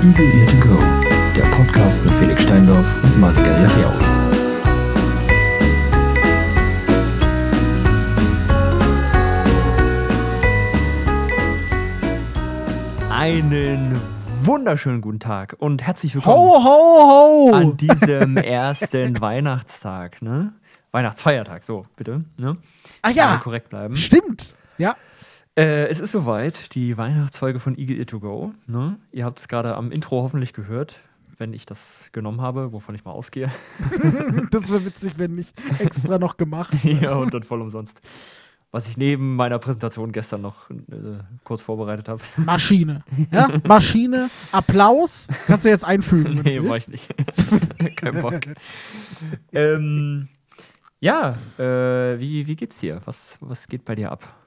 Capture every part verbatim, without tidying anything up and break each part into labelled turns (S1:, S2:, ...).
S1: Eagle Ear to Go, der Podcast mit Felix Steindorf und Marika Yachiao.
S2: Einen wunderschönen guten Tag und herzlich willkommen
S3: ho, ho, ho.
S2: an diesem ersten Weihnachtstag, ne? Weihnachtsfeiertag, so, bitte, ne?
S3: Ah ja,
S2: Alle korrekt bleiben.
S3: Stimmt, ja.
S2: Äh, es ist soweit, die Weihnachtsfolge von Eagle Ear to Go, ne? Ihr habt es gerade am Intro hoffentlich gehört, wenn ich das genommen habe, wovon ich mal ausgehe.
S3: Das wäre witzig, wenn nicht extra noch gemacht.
S2: Ja, und dann voll umsonst. Was ich neben meiner Präsentation gestern noch äh, kurz vorbereitet habe.
S3: Maschine. Ja, Maschine, Applaus. Kannst du jetzt einfügen. wenn
S2: Nee,
S3: du
S2: mach
S3: willst.
S2: ich nicht. Kein Bock. ähm, ja, äh, wie, wie geht's dir? Was, was geht bei dir ab?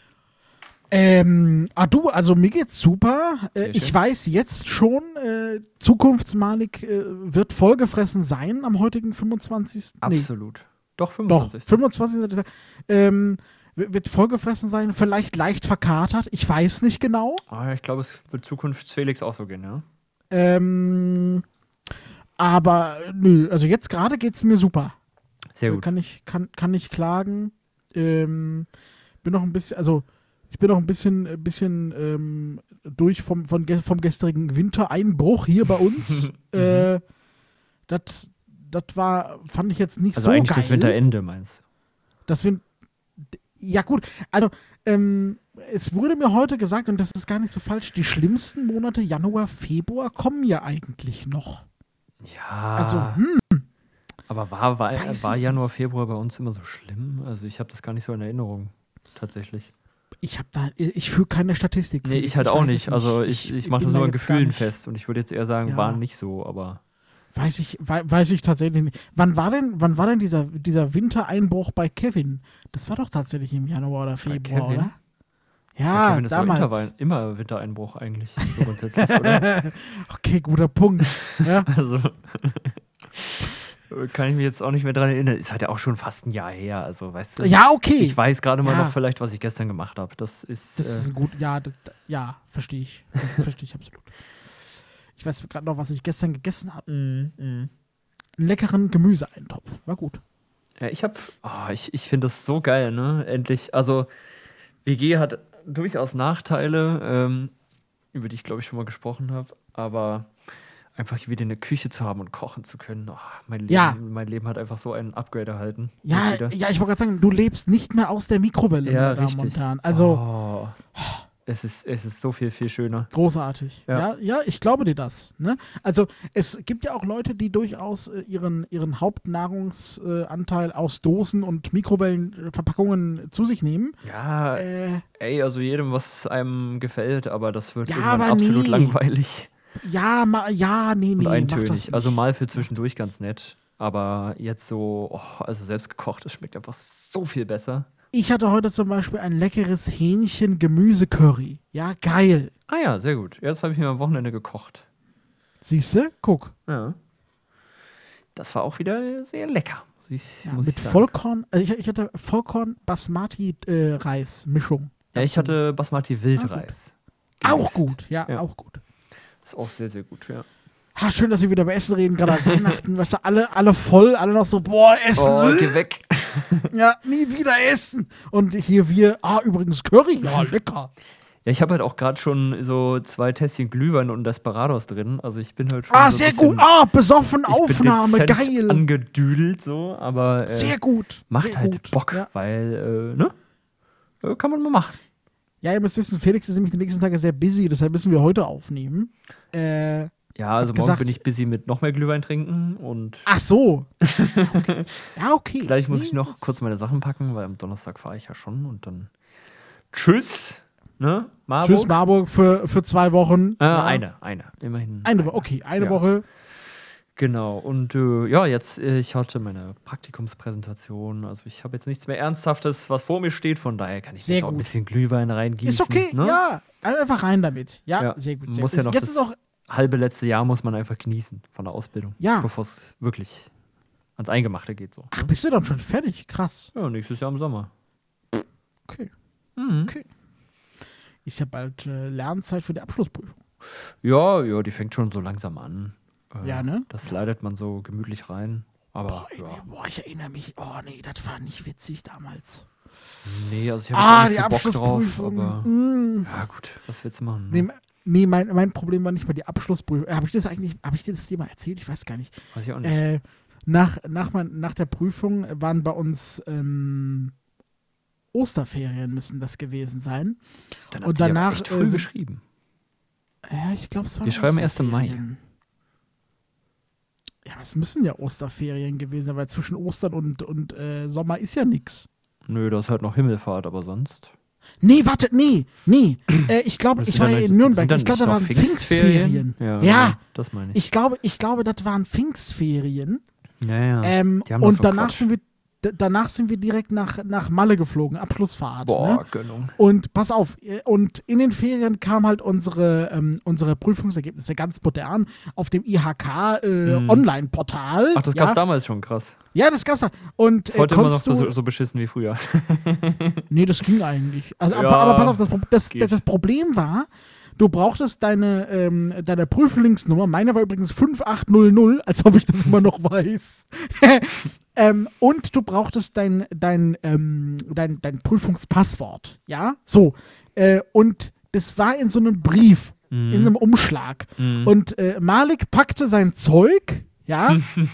S3: Ähm, ah du, also mir geht's super. Äh,
S2: Sehr
S3: ich
S2: schön.
S3: weiß jetzt schon, äh, Zukunftsmanik äh, wird vollgefressen sein am heutigen fünfundzwanzigsten Nee,
S2: Absolut. Doch,
S3: doch,
S2: fünfundzwanzigsten
S3: fünfundzwanzigsten Dezember. Ähm, w- wird vollgefressen sein, vielleicht leicht verkatert. Ich weiß nicht genau.
S2: Ah, ich glaube, es wird Zukunfts-Felix auch so gehen, ja?
S3: Ähm, aber nö, also jetzt gerade geht's mir super.
S2: Sehr gut.
S3: Kann ich, kann, kann nicht klagen. Ähm, bin noch ein bisschen, also ich bin noch ein bisschen, ein bisschen ähm, durch vom, von, ge- vom gestrigen Wintereinbruch hier bei uns. äh, Das das war, fand ich jetzt nicht
S2: Also
S3: so
S2: eigentlich
S3: geil.
S2: das Winterende, meinst
S3: Das Win ja gut, also ähm, es wurde mir heute gesagt, und das ist gar nicht so falsch, die schlimmsten Monate Januar, Februar kommen ja eigentlich noch.
S2: du? Ja.
S3: Also, hm,
S2: aber war, war,
S3: Weiß
S2: war
S3: ich
S2: Januar, Februar bei uns immer so schlimm? Also ich habe das gar nicht so in Erinnerung, tatsächlich.
S3: ich habe da, ich führe keine Statistik.
S2: Nee,
S3: Felix,
S2: ich halt auch
S3: weiß es
S2: nicht. Also ich, ich mache
S3: bin
S2: das
S3: da
S2: nur an
S3: jetzt gar
S2: Gefühlen
S3: nicht-
S2: fest. Und ich würde jetzt eher sagen,
S3: Ja.
S2: war nicht so, aber
S3: Weiß ich, wei- weiß ich tatsächlich nicht. Wann war denn, wann war denn dieser, dieser Wintereinbruch bei Kevin? Das war doch tatsächlich im Januar oder Februar,
S2: Kevin?
S3: oder?
S2: Ja,
S3: Ja,
S2: Kevin ist doch
S3: damals.
S2: Winterwein, immer Wintereinbruch eigentlich, so grundsätzlich, oder?
S3: Okay, guter Punkt. Ja.
S2: Also kann ich mich jetzt auch nicht mehr dran erinnern. Ist halt ja auch schon fast ein Jahr her, also weißt du.
S3: Ja, okay.
S2: Ich weiß gerade mal
S3: Ja.
S2: noch vielleicht, was ich gestern gemacht habe. Das ist,
S3: Das ist
S2: äh,
S3: ein gut, ja, d- d- ja, verstehe ich. Verstehe ich absolut. Ich weiß gerade noch, was ich gestern gegessen habe.
S2: mm, mm.
S3: Einen leckeren Gemüseeintopf. War gut.
S2: Ja, ich habe, oh, ich, ich finde das so geil, ne? Endlich, also W G hat durchaus Nachteile, ähm, über die ich glaube ich schon mal gesprochen habe, aber einfach wieder eine Küche zu haben und kochen zu können, oh, mein, Leben,
S3: Ja.
S2: mein Leben hat einfach so einen Upgrade erhalten.
S3: Ja,
S2: Jetzt wieder.
S3: ja, ich wollte gerade sagen, du lebst nicht mehr aus der Mikrowelle,
S2: Ja,
S3: meine Damen
S2: richtig.
S3: und Herren. Also,
S2: oh, es, ist, es ist so viel, viel schöner.
S3: großartig.
S2: Ja.
S3: Ja. ja, ich glaube dir das. Ne? Also es gibt ja auch Leute, die durchaus äh, ihren, ihren Hauptnahrungsanteil aus Dosen und Mikrowellenverpackungen zu sich nehmen.
S2: Ja,
S3: Äh,
S2: ey, also jedem, was einem gefällt, aber das wird
S3: Ja,
S2: irgendwann
S3: aber
S2: absolut
S3: nee.
S2: langweilig
S3: ja, ma, ja, nee, nee,
S2: und
S3: mach das
S2: eintönig.
S3: nicht.
S2: Also mal für zwischendurch ganz nett, aber jetzt so, oh, also selbst gekocht, das schmeckt einfach so viel besser.
S3: Ich hatte heute zum Beispiel ein leckeres Hähnchen-Gemüse-Curry. Ja, geil.
S2: Ah ja, sehr gut. Ja, das habe ich mir am Wochenende gekocht.
S3: Siehst du? Guck.
S2: Ja. Das war auch wieder sehr lecker, muss ich,
S3: Ja,
S2: muss
S3: mit
S2: ich sagen.
S3: Vollkorn, also ich, ich hatte Vollkorn-Basmati-Reis-Mischung.
S2: Ja, ich hatte Basmati Wildreis.
S3: Auch
S2: gemixt.
S3: gut, ja,
S2: Ja.
S3: auch gut.
S2: Ist auch sehr, sehr gut, ja.
S3: Ha, schön, dass wir wieder über Essen reden, gerade an Weihnachten. Weißt du, alle, alle voll, alle noch so, boah, Essen.
S2: Oh,
S3: äh,
S2: geh weg.
S3: Ja, nie wieder essen. Und hier wir, ah, übrigens Curry, ja, lecker.
S2: Ja, ich habe halt auch gerade schon so zwei Tässchen Glühwein und Desperados drin. Also ich bin halt schon
S3: Ah,
S2: so
S3: sehr
S2: ein bisschen,
S3: gut. Ah, besoffen,
S2: ich bin
S3: Aufnahme,
S2: dezent
S3: geil.
S2: angedüdelt so, aber äh,
S3: Sehr gut.
S2: macht
S3: sehr
S2: halt
S3: gut.
S2: Bock,
S3: Ja.
S2: weil, äh, ne? Äh, Kann man mal machen.
S3: ja, ihr müsst wissen, Felix ist nämlich die nächsten Tage sehr busy, deshalb müssen wir heute aufnehmen. Äh,
S2: Ja, also morgen
S3: gesagt-
S2: bin ich busy mit noch mehr Glühwein trinken und
S3: ach so. Okay. Ja, okay.
S2: gleich muss
S3: Nee,
S2: ich noch
S3: das-
S2: kurz meine Sachen packen, weil am Donnerstag fahre ich ja schon und dann tschüss, ne? Marburg.
S3: Tschüss, Marburg, für, für zwei Wochen.
S2: Äh,
S3: Ja.
S2: Eine, eine, immerhin.
S3: Eine Woche, okay, eine
S2: Ja.
S3: Woche.
S2: Genau, und äh, ja, jetzt, äh, ich hatte meine Praktikumspräsentation, also ich habe jetzt nichts mehr Ernsthaftes, was vor mir steht, von daher kann ich
S3: Sehr
S2: jetzt auch ein
S3: gut.
S2: bisschen Glühwein reingießen.
S3: Ist okay,
S2: ne?
S3: ja. Einfach rein damit. Ja,
S2: Ja,
S3: sehr gut. Sehr
S2: muss
S3: gut.
S2: ja noch
S3: Jetzt
S2: das
S3: ist auch,
S2: halbe letzte Jahr muss man einfach genießen von der Ausbildung,
S3: Ja.
S2: bevor es wirklich ans Eingemachte geht. So,
S3: ach,
S2: ne?
S3: bist du dann schon fertig? Krass.
S2: Ja, nächstes Jahr im Sommer.
S3: Okay.
S2: Mhm.
S3: Okay. Ist ja bald äh, Lernzeit für die Abschlussprüfung.
S2: Ja, ja, die fängt schon so langsam an. Äh,
S3: Ja, ne?
S2: Das slidet man so gemütlich rein. Aber
S3: Boah, ey,
S2: ja.
S3: nee, boah, ich erinnere mich. Oh nee, das war nicht witzig damals.
S2: Nee, also ich habe
S3: Ah,
S2: jetzt
S3: die
S2: auch nicht so Bock drauf,
S3: Abschlussprüfung.
S2: aber
S3: Mm.
S2: ja gut, was willst du machen?
S3: Nee,
S2: Ne?
S3: nee mein, mein Problem war nicht mal die Abschlussprüfung. Habe ich das eigentlich, habe ich dir das Thema erzählt? Ich weiß gar nicht.
S2: Weiß ich auch nicht.
S3: Äh, nach, nach, mein, nach der Prüfung waren bei uns ähm, Osterferien müssen das gewesen sein.
S2: Dann
S3: und
S2: habt ihr aber
S3: danach,
S2: echt
S3: äh,
S2: früh
S3: sind-
S2: geschrieben.
S3: Ja, ich glaube, es war
S2: Wir schreiben erst im Mai.
S3: Ja, aber es müssen ja Osterferien gewesen sein, weil zwischen Ostern und, und äh, Sommer ist ja nix.
S2: Nö, das ist halt noch Himmelfahrt, aber sonst.
S3: Nee, warte, nee, nee. Äh, ich glaube,
S2: Das
S3: ich
S2: sind
S3: war
S2: dann-
S3: ja in Nürnberg.
S2: sind dann
S3: Ich glaube, da
S2: nicht
S3: waren
S2: noch
S3: Pfingstferien.
S2: Ja,
S3: Ja,
S2: genau, das meine ich.
S3: ich glaube, ich glaube, das waren Pfingstferien.
S2: Ja, ja.
S3: Ähm,
S2: die haben doch so
S3: und danach
S2: Quatsch.
S3: sind wir d- danach sind wir direkt nach, nach Malle geflogen, Abschlussfahrt.
S2: Boah,
S3: Ne?
S2: Gönnung.
S3: Und pass auf, äh, und in den Ferien kam halt unsere, ähm, unsere Prüfungsergebnisse ganz modern auf dem I H K äh,
S2: Mhm.
S3: Online-Portal.
S2: Ach, das
S3: ja?
S2: gab's damals schon, krass.
S3: Ja, das gab's da. Und
S2: Ist
S3: äh,
S2: heute immer noch
S3: konntest du,
S2: so, so beschissen wie früher.
S3: Nee, das ging eigentlich. Also,
S2: Ja,
S3: aber, aber pass auf, das, Pro- das,
S2: geht.
S3: das, das Problem war, du brauchtest deine, ähm, deine Prüflingsnummer, meine war übrigens fünf acht null null, als ob ich das immer noch weiß. ähm, und du brauchtest dein, dein, ähm, dein, dein Prüfungspasswort. Ja, so. Äh, und das war in so einem Brief,
S2: Mhm.
S3: in einem Umschlag.
S2: Mhm.
S3: Und äh, Malik packte sein Zeug, ja,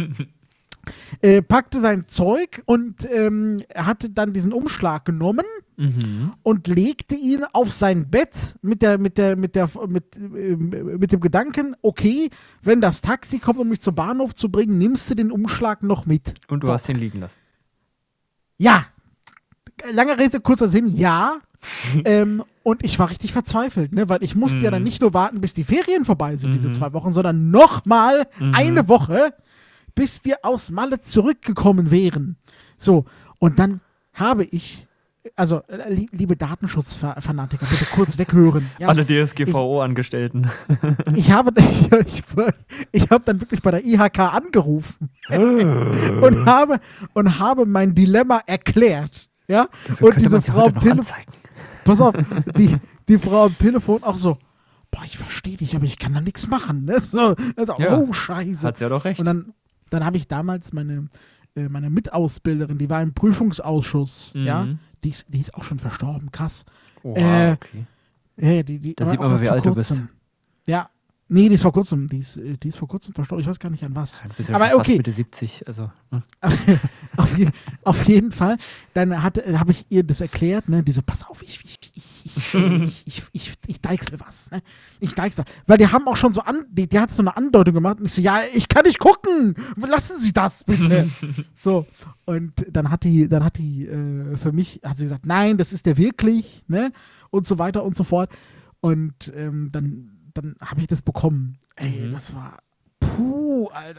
S3: äh, packte sein Zeug und ähm, hatte dann diesen Umschlag genommen
S2: Mhm.
S3: und legte ihn auf sein Bett mit der mit der mit der mit, äh, mit dem Gedanken, okay, wenn das Taxi kommt, um mich zum Bahnhof zu bringen, nimmst du den Umschlag noch mit.
S2: Und du
S3: So.
S2: hast ihn liegen lassen.
S3: Ja. Lange Rede, kurzer Sinn, ja. ähm, und ich war richtig verzweifelt, ne? Weil ich musste ja dann nicht nur warten, bis die Ferien vorbei sind, diese
S2: Mhm.
S3: zwei Wochen, sondern nochmal
S2: Mhm.
S3: eine Woche, bis wir aus Malle zurückgekommen wären. So, und dann habe ich, also, äh, lie- liebe Datenschutzfanatiker, bitte kurz weghören. Ja,
S2: Alle D S G V O-Angestellten.
S3: ich habe, ich, ich, ich habe dann wirklich bei der I H K angerufen und habe, und habe mein Dilemma erklärt. Ja, und diese Frau am Telefon, pass auf, die, die Frau am Telefon auch so, boah, ich verstehe dich, aber ich kann da nichts machen. Ne? So, also,
S2: Ja.
S3: oh, scheiße.
S2: Hat sie ja doch recht.
S3: Und dann, dann habe ich damals meine, äh, meine Mitausbilderin, die war im Prüfungsausschuss,
S2: Mhm.
S3: ja, die ist, die ist auch schon verstorben, krass.
S2: Oha,
S3: äh,
S2: okay.
S3: Ja, ja, die, die,
S2: Da
S3: aber
S2: sieht man
S3: auch
S2: mal,
S3: erst
S2: wie
S3: vor
S2: alt du bist.
S3: kurzem. Ja, nee, die ist vor kurzem, die ist, äh, die ist vor kurzem verstorben, ich weiß gar nicht an was.
S2: Du bist ja
S3: aber
S2: schon fast
S3: okay.
S2: Mitte siebzig, also. Ne?
S3: auf, je, auf jeden Fall, dann habe ich ihr das erklärt, ne, die so, pass auf, ich, ich, ich, ich, ich, ich, ich, ich deichsel was, ne, ich deichsel, weil die haben auch schon so an, die, die hat so eine Andeutung gemacht und ich so, ja, ich kann nicht gucken, lassen Sie das bitte, so, und dann hat die, dann hat die, äh, für mich, hat sie gesagt, nein, das ist der wirklich, ne, und so weiter und so fort, und ähm, dann, dann habe ich das bekommen, ey,
S2: Mhm.
S3: das war, puh, Alter,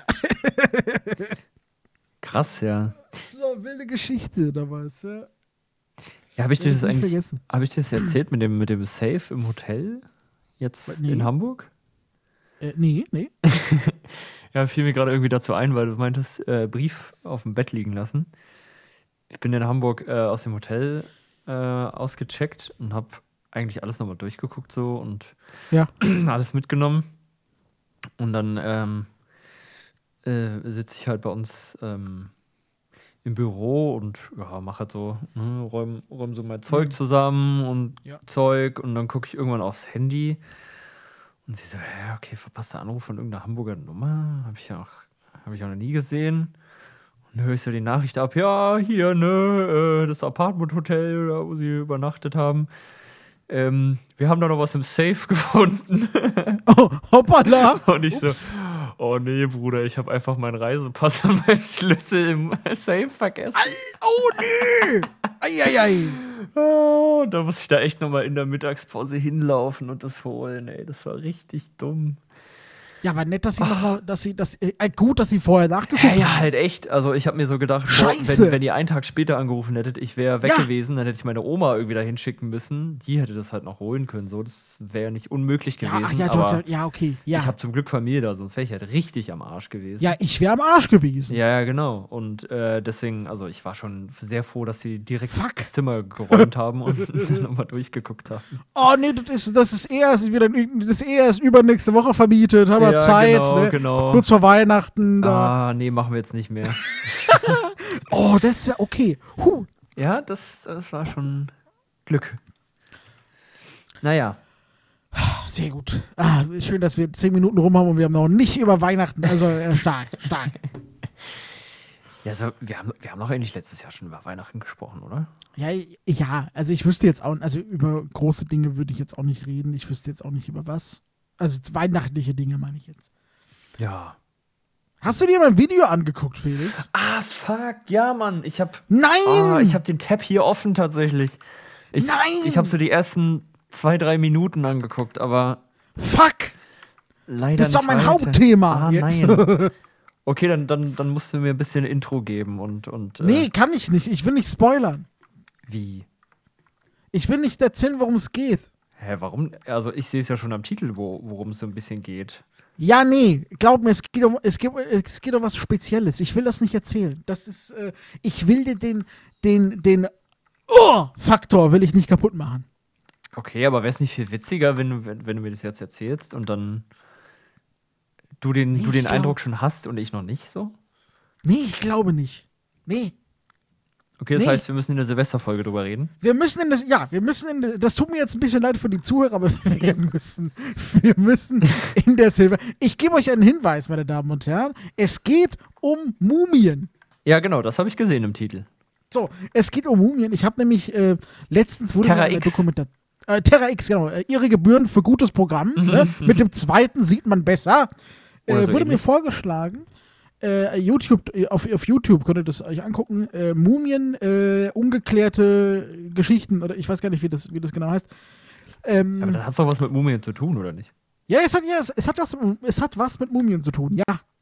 S2: Krass, ja.
S3: das war eine wilde Geschichte damals, ja.
S2: Ja, habe ich dir
S3: Werd
S2: das
S3: ich nie
S2: eigentlich,
S3: vergessen.
S2: habe ich dir das erzählt mit dem, mit dem Safe im Hotel? Jetzt
S3: Nee.
S2: in Hamburg?
S3: Äh, nee, nee.
S2: Ja, fiel mir gerade irgendwie dazu ein, weil du meintest, äh, Brief auf dem Bett liegen lassen. Ich bin in Hamburg äh, aus dem Hotel äh, ausgecheckt und habe eigentlich alles nochmal durchgeguckt so und
S3: Ja.
S2: alles mitgenommen. Und dann ähm, äh, sitze ich halt bei uns ähm, im Büro und ja, mache halt so, ne, räum, räum so mein Zeug zusammen und
S3: Ja.
S2: Zeug und dann gucke ich irgendwann aufs Handy und sie so, ja, okay, verpasster Anruf von irgendeiner Hamburger Nummer, habe ich ja auch, habe ich auch noch nie gesehen. Und dann höre ich so die Nachricht ab, ja, hier, ne, äh, das Apartment-Hotel, da wo sie übernachtet haben. Ähm, wir haben da noch was im Safe gefunden.
S3: Oh, hoppala.
S2: Und ich
S3: Ups.
S2: so, oh nee, Bruder, ich habe einfach meinen Reisepass und meinen Schlüssel im Safe vergessen.
S3: Oh, nee. Eieiei.
S2: Oh, da muss ich da echt nochmal in der Mittagspause hinlaufen und das holen, ey. Das war richtig dumm.
S3: Ja, aber nett, dass sie nochmal, dass sie, dass, äh, gut, dass sie vorher nachgeguckt
S2: Ja,
S3: haben.
S2: ja, halt echt. Also ich habe mir so gedacht, boah,
S3: Scheiße.
S2: wenn, wenn ihr einen Tag später angerufen hättet, ich wäre weg
S3: Ja.
S2: gewesen, dann hätte ich meine Oma irgendwie da hinschicken müssen. Die hätte das halt noch holen können. So, das wäre nicht unmöglich
S3: Ja,
S2: gewesen.
S3: ach ja, du
S2: aber
S3: hast ja, ja, okay, ja.
S2: ich habe zum Glück Familie da, sonst wäre ich halt richtig am Arsch gewesen.
S3: Ja, ich wäre am Arsch gewesen.
S2: Ja, ja, genau. Und äh, deswegen, also ich war schon sehr froh, dass sie direkt
S3: Fuck.
S2: das Zimmer geräumt haben und dann nochmal durchgeguckt haben.
S3: Oh nee, das ist, das ist eher erst wieder, das ist eher erst übernächste Woche vermietet, haben wir
S2: Ja,
S3: Zeit,
S2: genau,
S3: ne?
S2: genau.
S3: Kurz vor Weihnachten. Da.
S2: Ah, nee, machen wir jetzt nicht mehr.
S3: Oh, das wäre okay. Huh.
S2: Ja, das, das war schon Glück. Naja.
S3: Sehr gut. Ah, schön, dass wir zehn Minuten rum haben und wir haben noch nicht über Weihnachten. Also äh, stark, stark.
S2: Ja, also, wir haben, wir haben doch eigentlich letztes Jahr schon über Weihnachten gesprochen, oder?
S3: Ja, ja, also ich wüsste jetzt auch, also über große Dinge würde ich jetzt auch nicht reden. Ich wüsste jetzt auch nicht über was. Also weihnachtliche Dinge meine ich jetzt.
S2: Ja.
S3: Hast du dir mein Video angeguckt, Felix?
S2: Ah, fuck, ja, Mann. Ich hab,
S3: Nein!
S2: oh, ich hab den Tab hier offen tatsächlich. Ich,
S3: Nein!
S2: Ich hab so die ersten zwei, drei Minuten angeguckt, aber
S3: Fuck!
S2: leider
S3: Das ist doch
S2: nicht
S3: mein
S2: weiter.
S3: Hauptthema
S2: Ah,
S3: jetzt.
S2: nein. Okay, dann, dann, dann musst du mir ein bisschen Intro geben und. und
S3: Nee,
S2: äh,
S3: kann ich nicht. Ich will nicht spoilern.
S2: wie?
S3: Ich will nicht erzählen, worum es geht.
S2: Hä, warum? Also, ich sehe es ja schon am Titel, wo, worum es so ein bisschen geht.
S3: Ja, nee, glaub mir, es geht um, es geht, es geht um was Spezielles. Ich will das nicht erzählen. Das ist, äh, ich will dir den, den, den Oh-Faktor will ich nicht kaputt machen.
S2: Okay, aber wäre es nicht viel witziger, wenn du, wenn, wenn du mir das jetzt erzählst und dann du den,
S3: Nee,
S2: du den
S3: ich glaub-
S2: Eindruck schon hast und ich noch nicht so?
S3: Nee, ich glaube nicht. Nee.
S2: Okay, das
S3: Nee.
S2: heißt, wir müssen in der Silvesterfolge drüber reden.
S3: Wir müssen in das, ja, wir müssen in das, das tut mir jetzt ein bisschen leid für die Zuhörer, aber wir müssen, wir müssen in der Silber. Ich gebe euch einen Hinweis, meine Damen und Herren. Es geht um Mumien.
S2: Ja, genau, das habe ich gesehen im Titel.
S3: So, es geht um Mumien. Ich habe nämlich äh, letztens wurde
S2: Terra
S3: mir eine
S2: X.
S3: Dokumentation. Äh, Terra X, genau. Äh, ihre Gebühren für gutes Programm. Ne? Mit dem zweiten sieht man besser. Äh,
S2: Oder so
S3: wurde mir
S2: ähnlich.
S3: vorgeschlagen. Äh, YouTube, äh, auf, auf YouTube könnt ihr das euch angucken. Äh, Mumien, äh, ungeklärte Geschichten, oder ich weiß gar nicht, wie das, wie das genau heißt. Ähm,
S2: Aber dann hat es doch was mit Mumien zu tun, oder nicht?
S3: ja, es hat, ja es, es, hat was, es hat was mit Mumien zu tun, ja.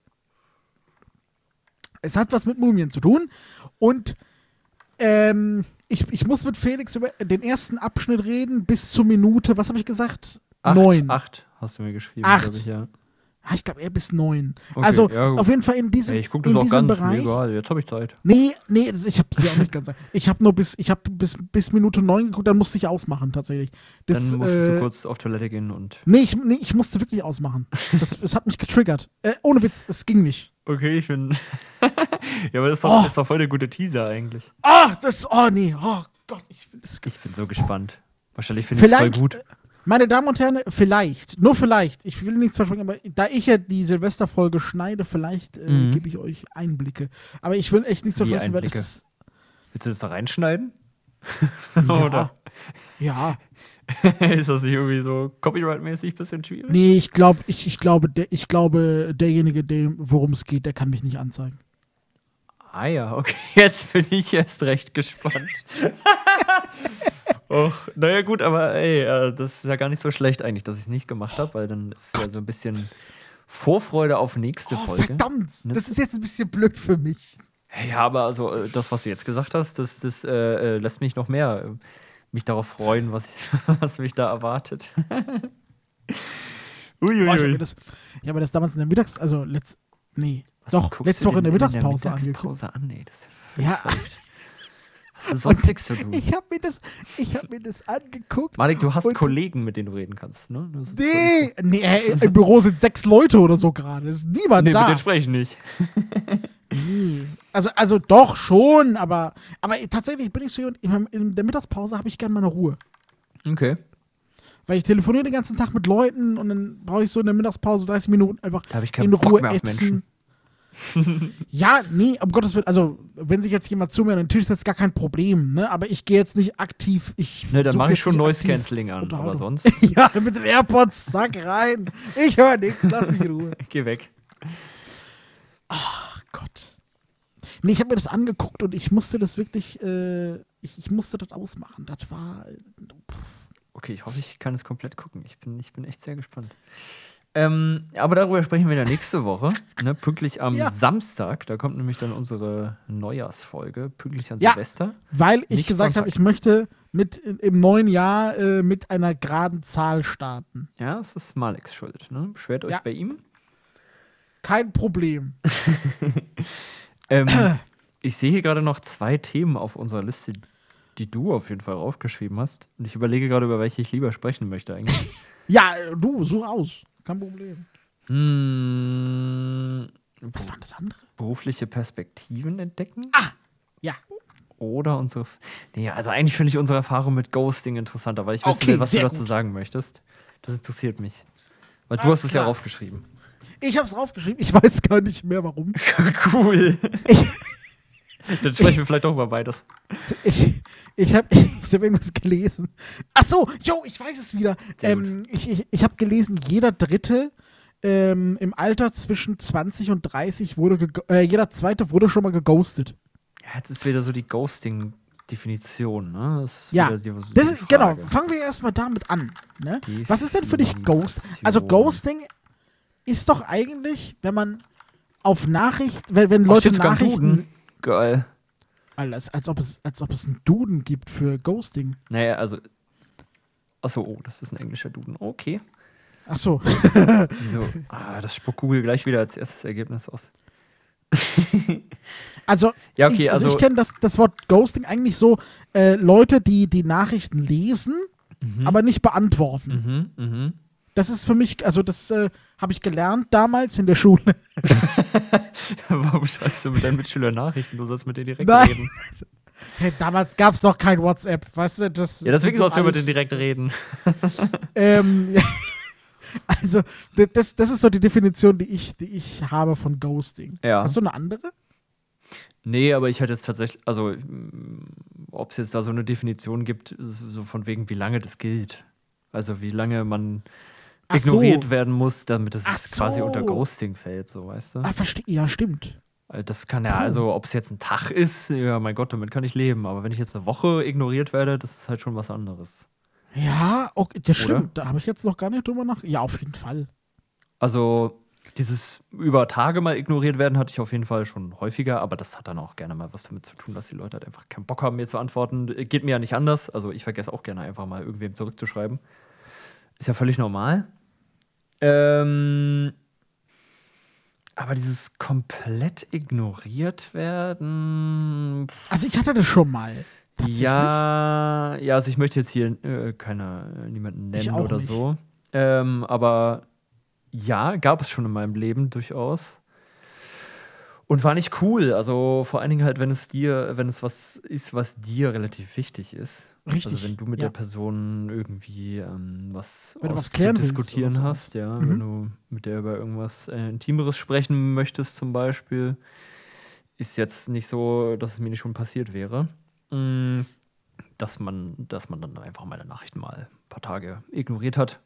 S3: Es hat was mit Mumien zu tun. Und ähm, ich, ich muss mit Felix über den ersten Abschnitt reden, bis zur Minute, was habe ich gesagt?
S2: Acht,
S3: Neun.
S2: Acht hast du mir geschrieben,
S3: Acht.
S2: glaube ich, ja.
S3: Ah, ich glaube eher bis neun.
S2: Okay,
S3: also
S2: ja, gut.
S3: auf jeden Fall in diesem,
S2: Ey, ich gucke
S3: in
S2: das auch
S3: diesem
S2: ganz, mir
S3: Bereich.
S2: egal, jetzt habe ich Zeit.
S3: Nee, nee, das, ich habe dir auch nicht ganz gesagt. Ich habe nur bis, ich habe bis, bis Minute neun geguckt, dann musste ich ausmachen tatsächlich. Das,
S2: Dann musstest
S3: äh,
S2: du kurz auf Toilette gehen und.
S3: nee, ich, nee, ich musste wirklich ausmachen. Das, das hat mich getriggert. Äh, ohne Witz, es ging nicht.
S2: Okay, ich bin. Ja, aber das ist doch,
S3: Oh.
S2: ist doch voll der gute Teaser eigentlich.
S3: Ah, das, oh nee, oh Gott, ich finde das
S2: Ich bin so gespannt. Wahrscheinlich finde ich es voll
S3: Vielleicht,
S2: gut.
S3: äh, meine Damen und Herren, vielleicht, nur vielleicht, ich will nichts versprechen, aber da ich ja die Silvesterfolge schneide, vielleicht äh,
S2: Mhm.
S3: gebe ich euch Einblicke. Aber ich will echt nichts
S2: Wie
S3: versprechen, weil das
S2: Einblicke?
S3: ist,
S2: Willst du das da reinschneiden?
S3: ja,
S2: Oder
S3: ja.
S2: ist das nicht irgendwie so copyright-mäßig ein bisschen schwierig?
S3: Nee, ich glaube, ich, ich glaube, der, ich glaube, derjenige, dem, worum es geht, der kann mich nicht anzeigen.
S2: Ah ja, okay, jetzt bin ich erst recht gespannt. Och, naja gut, aber ey, äh, das ist ja gar nicht so schlecht eigentlich, dass ich es nicht gemacht habe, weil dann ist ja so ein bisschen Vorfreude auf nächste
S3: Oh,
S2: Folge.
S3: verdammt,
S2: Ne?
S3: das ist jetzt ein bisschen blöd für mich.
S2: Ja, aber also äh, das, was du jetzt gesagt hast, das, das äh, äh, lässt mich noch mehr äh, mich darauf freuen, was, ich, was mich da erwartet.
S3: Boah, ich habe
S2: Uiuiui.
S3: mir, das- ich hab mir das damals in der Mittags-, also letzt, nee,
S2: Was
S3: doch,
S2: guckst
S3: letzte
S2: du
S3: Woche in der
S2: denn
S3: Mittagspause angeguckt.
S2: Mittagspause an, ey, das ist ja völlig
S3: Ja.
S2: verrückt. Hast du sonst
S3: Und
S2: nichts zu tun?
S3: Ich habe mir, das- ich hab mir das angeguckt.
S2: Malik, du hast
S3: und-
S2: Kollegen, mit denen du reden kannst, ne? Das ist
S3: Nee, nee, äh, im Büro sind sechs Leute oder so gerade. Es ist niemand
S2: Nee, mit
S3: da.
S2: denen spreche ich nicht.
S3: Nee. Also, also doch schon, aber, aber tatsächlich bin ich so jemand, in, in der Mittagspause habe ich gerne meine Ruhe.
S2: Okay.
S3: Weil ich telefoniere den ganzen Tag mit Leuten und dann brauche ich so in der Mittagspause dreißig Minuten einfach
S2: Da habe ich keinen
S3: in
S2: Bock
S3: Ruhe
S2: mehr auf
S3: essen. Ja, nee, um Gottes Willen, also wenn sich jetzt jemand zu mir an den Tisch setzt, gar kein Problem, ne? Aber ich gehe jetzt nicht aktiv. Ich
S2: Ne, dann
S3: suche
S2: mache ich
S3: jetzt
S2: schon
S3: nicht
S2: Noise
S3: aktiv
S2: Cancelling an, aber
S3: Unterhaltung.
S2: sonst
S3: Ja, mit den AirPods, zack, rein. Ich höre nichts, lass mich in Ruhe.
S2: geh weg.
S3: Ach Gott. Nee, ich habe mir das angeguckt und ich musste das wirklich, äh, ich, ich musste das ausmachen. Das war,
S2: Okay, ich hoffe, ich kann es komplett gucken. Ich bin, ich bin echt sehr gespannt. Ähm, aber darüber sprechen wir dann nächste Woche, ne? Pünktlich am
S3: Ja.
S2: Samstag. Da kommt nämlich dann unsere Neujahrsfolge, pünktlich an
S3: Ja.
S2: Silvester.
S3: Weil ich
S2: Nicht
S3: gesagt habe,
S2: Sonntag.
S3: ich möchte mit im neuen Jahr äh, mit einer geraden Zahl starten.
S2: Ja, es ist Maleks Schuld, ne? Beschwert euch
S3: Ja.
S2: bei ihm.
S3: Kein Problem.
S2: Ähm, ich sehe hier gerade noch zwei Themen auf unserer Liste, die du auf jeden Fall aufgeschrieben hast. Und ich überlege gerade, über welche ich lieber sprechen möchte eigentlich.
S3: Ja, äh, du, such aus. Kein Problem.
S2: hm,
S3: Was war denn das andere?
S2: berufliche Perspektiven entdecken?
S3: Ja.
S2: Oder unsere. F- Nee, also eigentlich finde ich unsere Erfahrung mit Ghosting interessanter, weil ich wissen
S3: Okay,
S2: will, was du
S3: sehr
S2: dazu
S3: gut.
S2: sagen möchtest. Das interessiert mich. Weil du
S3: Alles
S2: hast es ja
S3: klar.
S2: aufgeschrieben.
S3: Ich hab's draufgeschrieben. Ich weiß gar nicht mehr, warum.
S2: Cool.
S3: Ich,
S2: Dann sprechen wir vielleicht doch über beides.
S3: ich, ich habe ich hab irgendwas gelesen. Ach so, jo, ich weiß es wieder.
S2: Sehr
S3: Ähm, ich ich, ich habe gelesen, jeder Dritte ähm, im Alter zwischen zwanzig und dreißig wurde, gego- äh, jeder Zweite wurde schon mal geghostet.
S2: Ja, jetzt ist wieder so die Ghosting-Definition, ne? Das ist
S3: Ja,
S2: wieder die, die
S3: Das ist, genau,
S2: Frage.
S3: fangen wir erstmal damit an. Ne? Was ist denn für dich Ghost? Also
S2: Definition.
S3: Ghosting ist doch eigentlich, wenn man auf Nachricht, wenn, wenn
S2: Oh,
S3: Leute
S2: steht sogar im
S3: Nachrichten,
S2: Duden. Geil.
S3: Alter, als, als, ob es, als ob es einen Duden gibt für Ghosting.
S2: Naja, also. Achso, oh, das ist ein englischer Duden. Okay.
S3: Ach so.
S2: Wieso? Ah, das spuckt Google gleich wieder als erstes Ergebnis aus.
S3: Also,
S2: Ja, okay,
S3: ich, also,
S2: also-
S3: ich kenne das, das Wort Ghosting eigentlich so, äh, Leute, die die Nachrichten lesen,
S2: Mhm.
S3: aber nicht beantworten.
S2: Mhm, mhm.
S3: Das ist für mich, also das äh, habe ich gelernt damals in der Schule.
S2: Warum schreibst du mit deinen Mitschülern Nachrichten? Du sollst mit denen direkt
S3: Nein.
S2: reden.
S3: Hey, damals gab es doch kein WhatsApp, weißt du? Das,
S2: Ja, deswegen
S3: ich bin
S2: sollst du
S3: so
S2: mit
S3: alt.
S2: denen direkt reden.
S3: Ähm, also, d- das, das ist so die Definition, die ich, die ich habe von Ghosting.
S2: Ja.
S3: Hast du eine andere?
S2: Nee, aber ich hätte jetzt tatsächlich, also, ob es jetzt da so eine Definition gibt, so von wegen, wie lange das gilt. Also, wie lange man
S3: Ach so.
S2: ignoriert werden muss, damit es
S3: Ach
S2: quasi
S3: so.
S2: unter Ghosting fällt, so, weißt du?
S3: Ah, verstehe. Ja, stimmt.
S2: Also das kann ja,
S3: Puh.
S2: also, ob es jetzt ein Tag ist, ja, mein Gott, damit kann ich leben. Aber wenn ich jetzt eine Woche ignoriert werde, das ist halt schon was anderes.
S3: Ja, okay, das
S2: Oder?
S3: stimmt. Da habe ich jetzt noch gar nicht drüber nach. Ja, auf jeden Fall.
S2: Also, dieses über Tage mal ignoriert werden, hatte ich auf jeden Fall schon häufiger, aber das hat dann auch gerne mal was damit zu tun, dass die Leute halt einfach keinen Bock haben, mir zu antworten. Geht mir ja nicht anders. Also, ich vergesse auch gerne einfach mal irgendwem zurückzuschreiben. Ist ja völlig normal. Ähm, aber dieses komplett ignoriert werden.
S3: Also ich hatte das schon mal. Tatsächlich.
S2: Ja, ja, also ich möchte jetzt hier äh, keine, niemanden
S3: Ich
S2: nennen
S3: auch
S2: oder
S3: nicht.
S2: so. Ähm, aber ja, gab es schon in meinem Leben durchaus. Und war nicht cool. Also vor allen Dingen halt, wenn es dir, wenn es was ist, was dir relativ wichtig ist.
S3: Richtig,
S2: Also wenn du mit
S3: ja.
S2: der Person irgendwie ähm, was,
S3: Wenn du was
S2: aus-
S3: klären
S2: zu
S3: willst
S2: diskutieren
S3: oder so.
S2: hast, ja,
S3: Mhm.
S2: wenn du mit der über irgendwas äh, Intimeres sprechen möchtest zum Beispiel, ist jetzt nicht so, dass es mir nicht schon passiert wäre. Mm, Dass man, dass man dann einfach meine Nachrichten mal ein paar Tage ignoriert hat.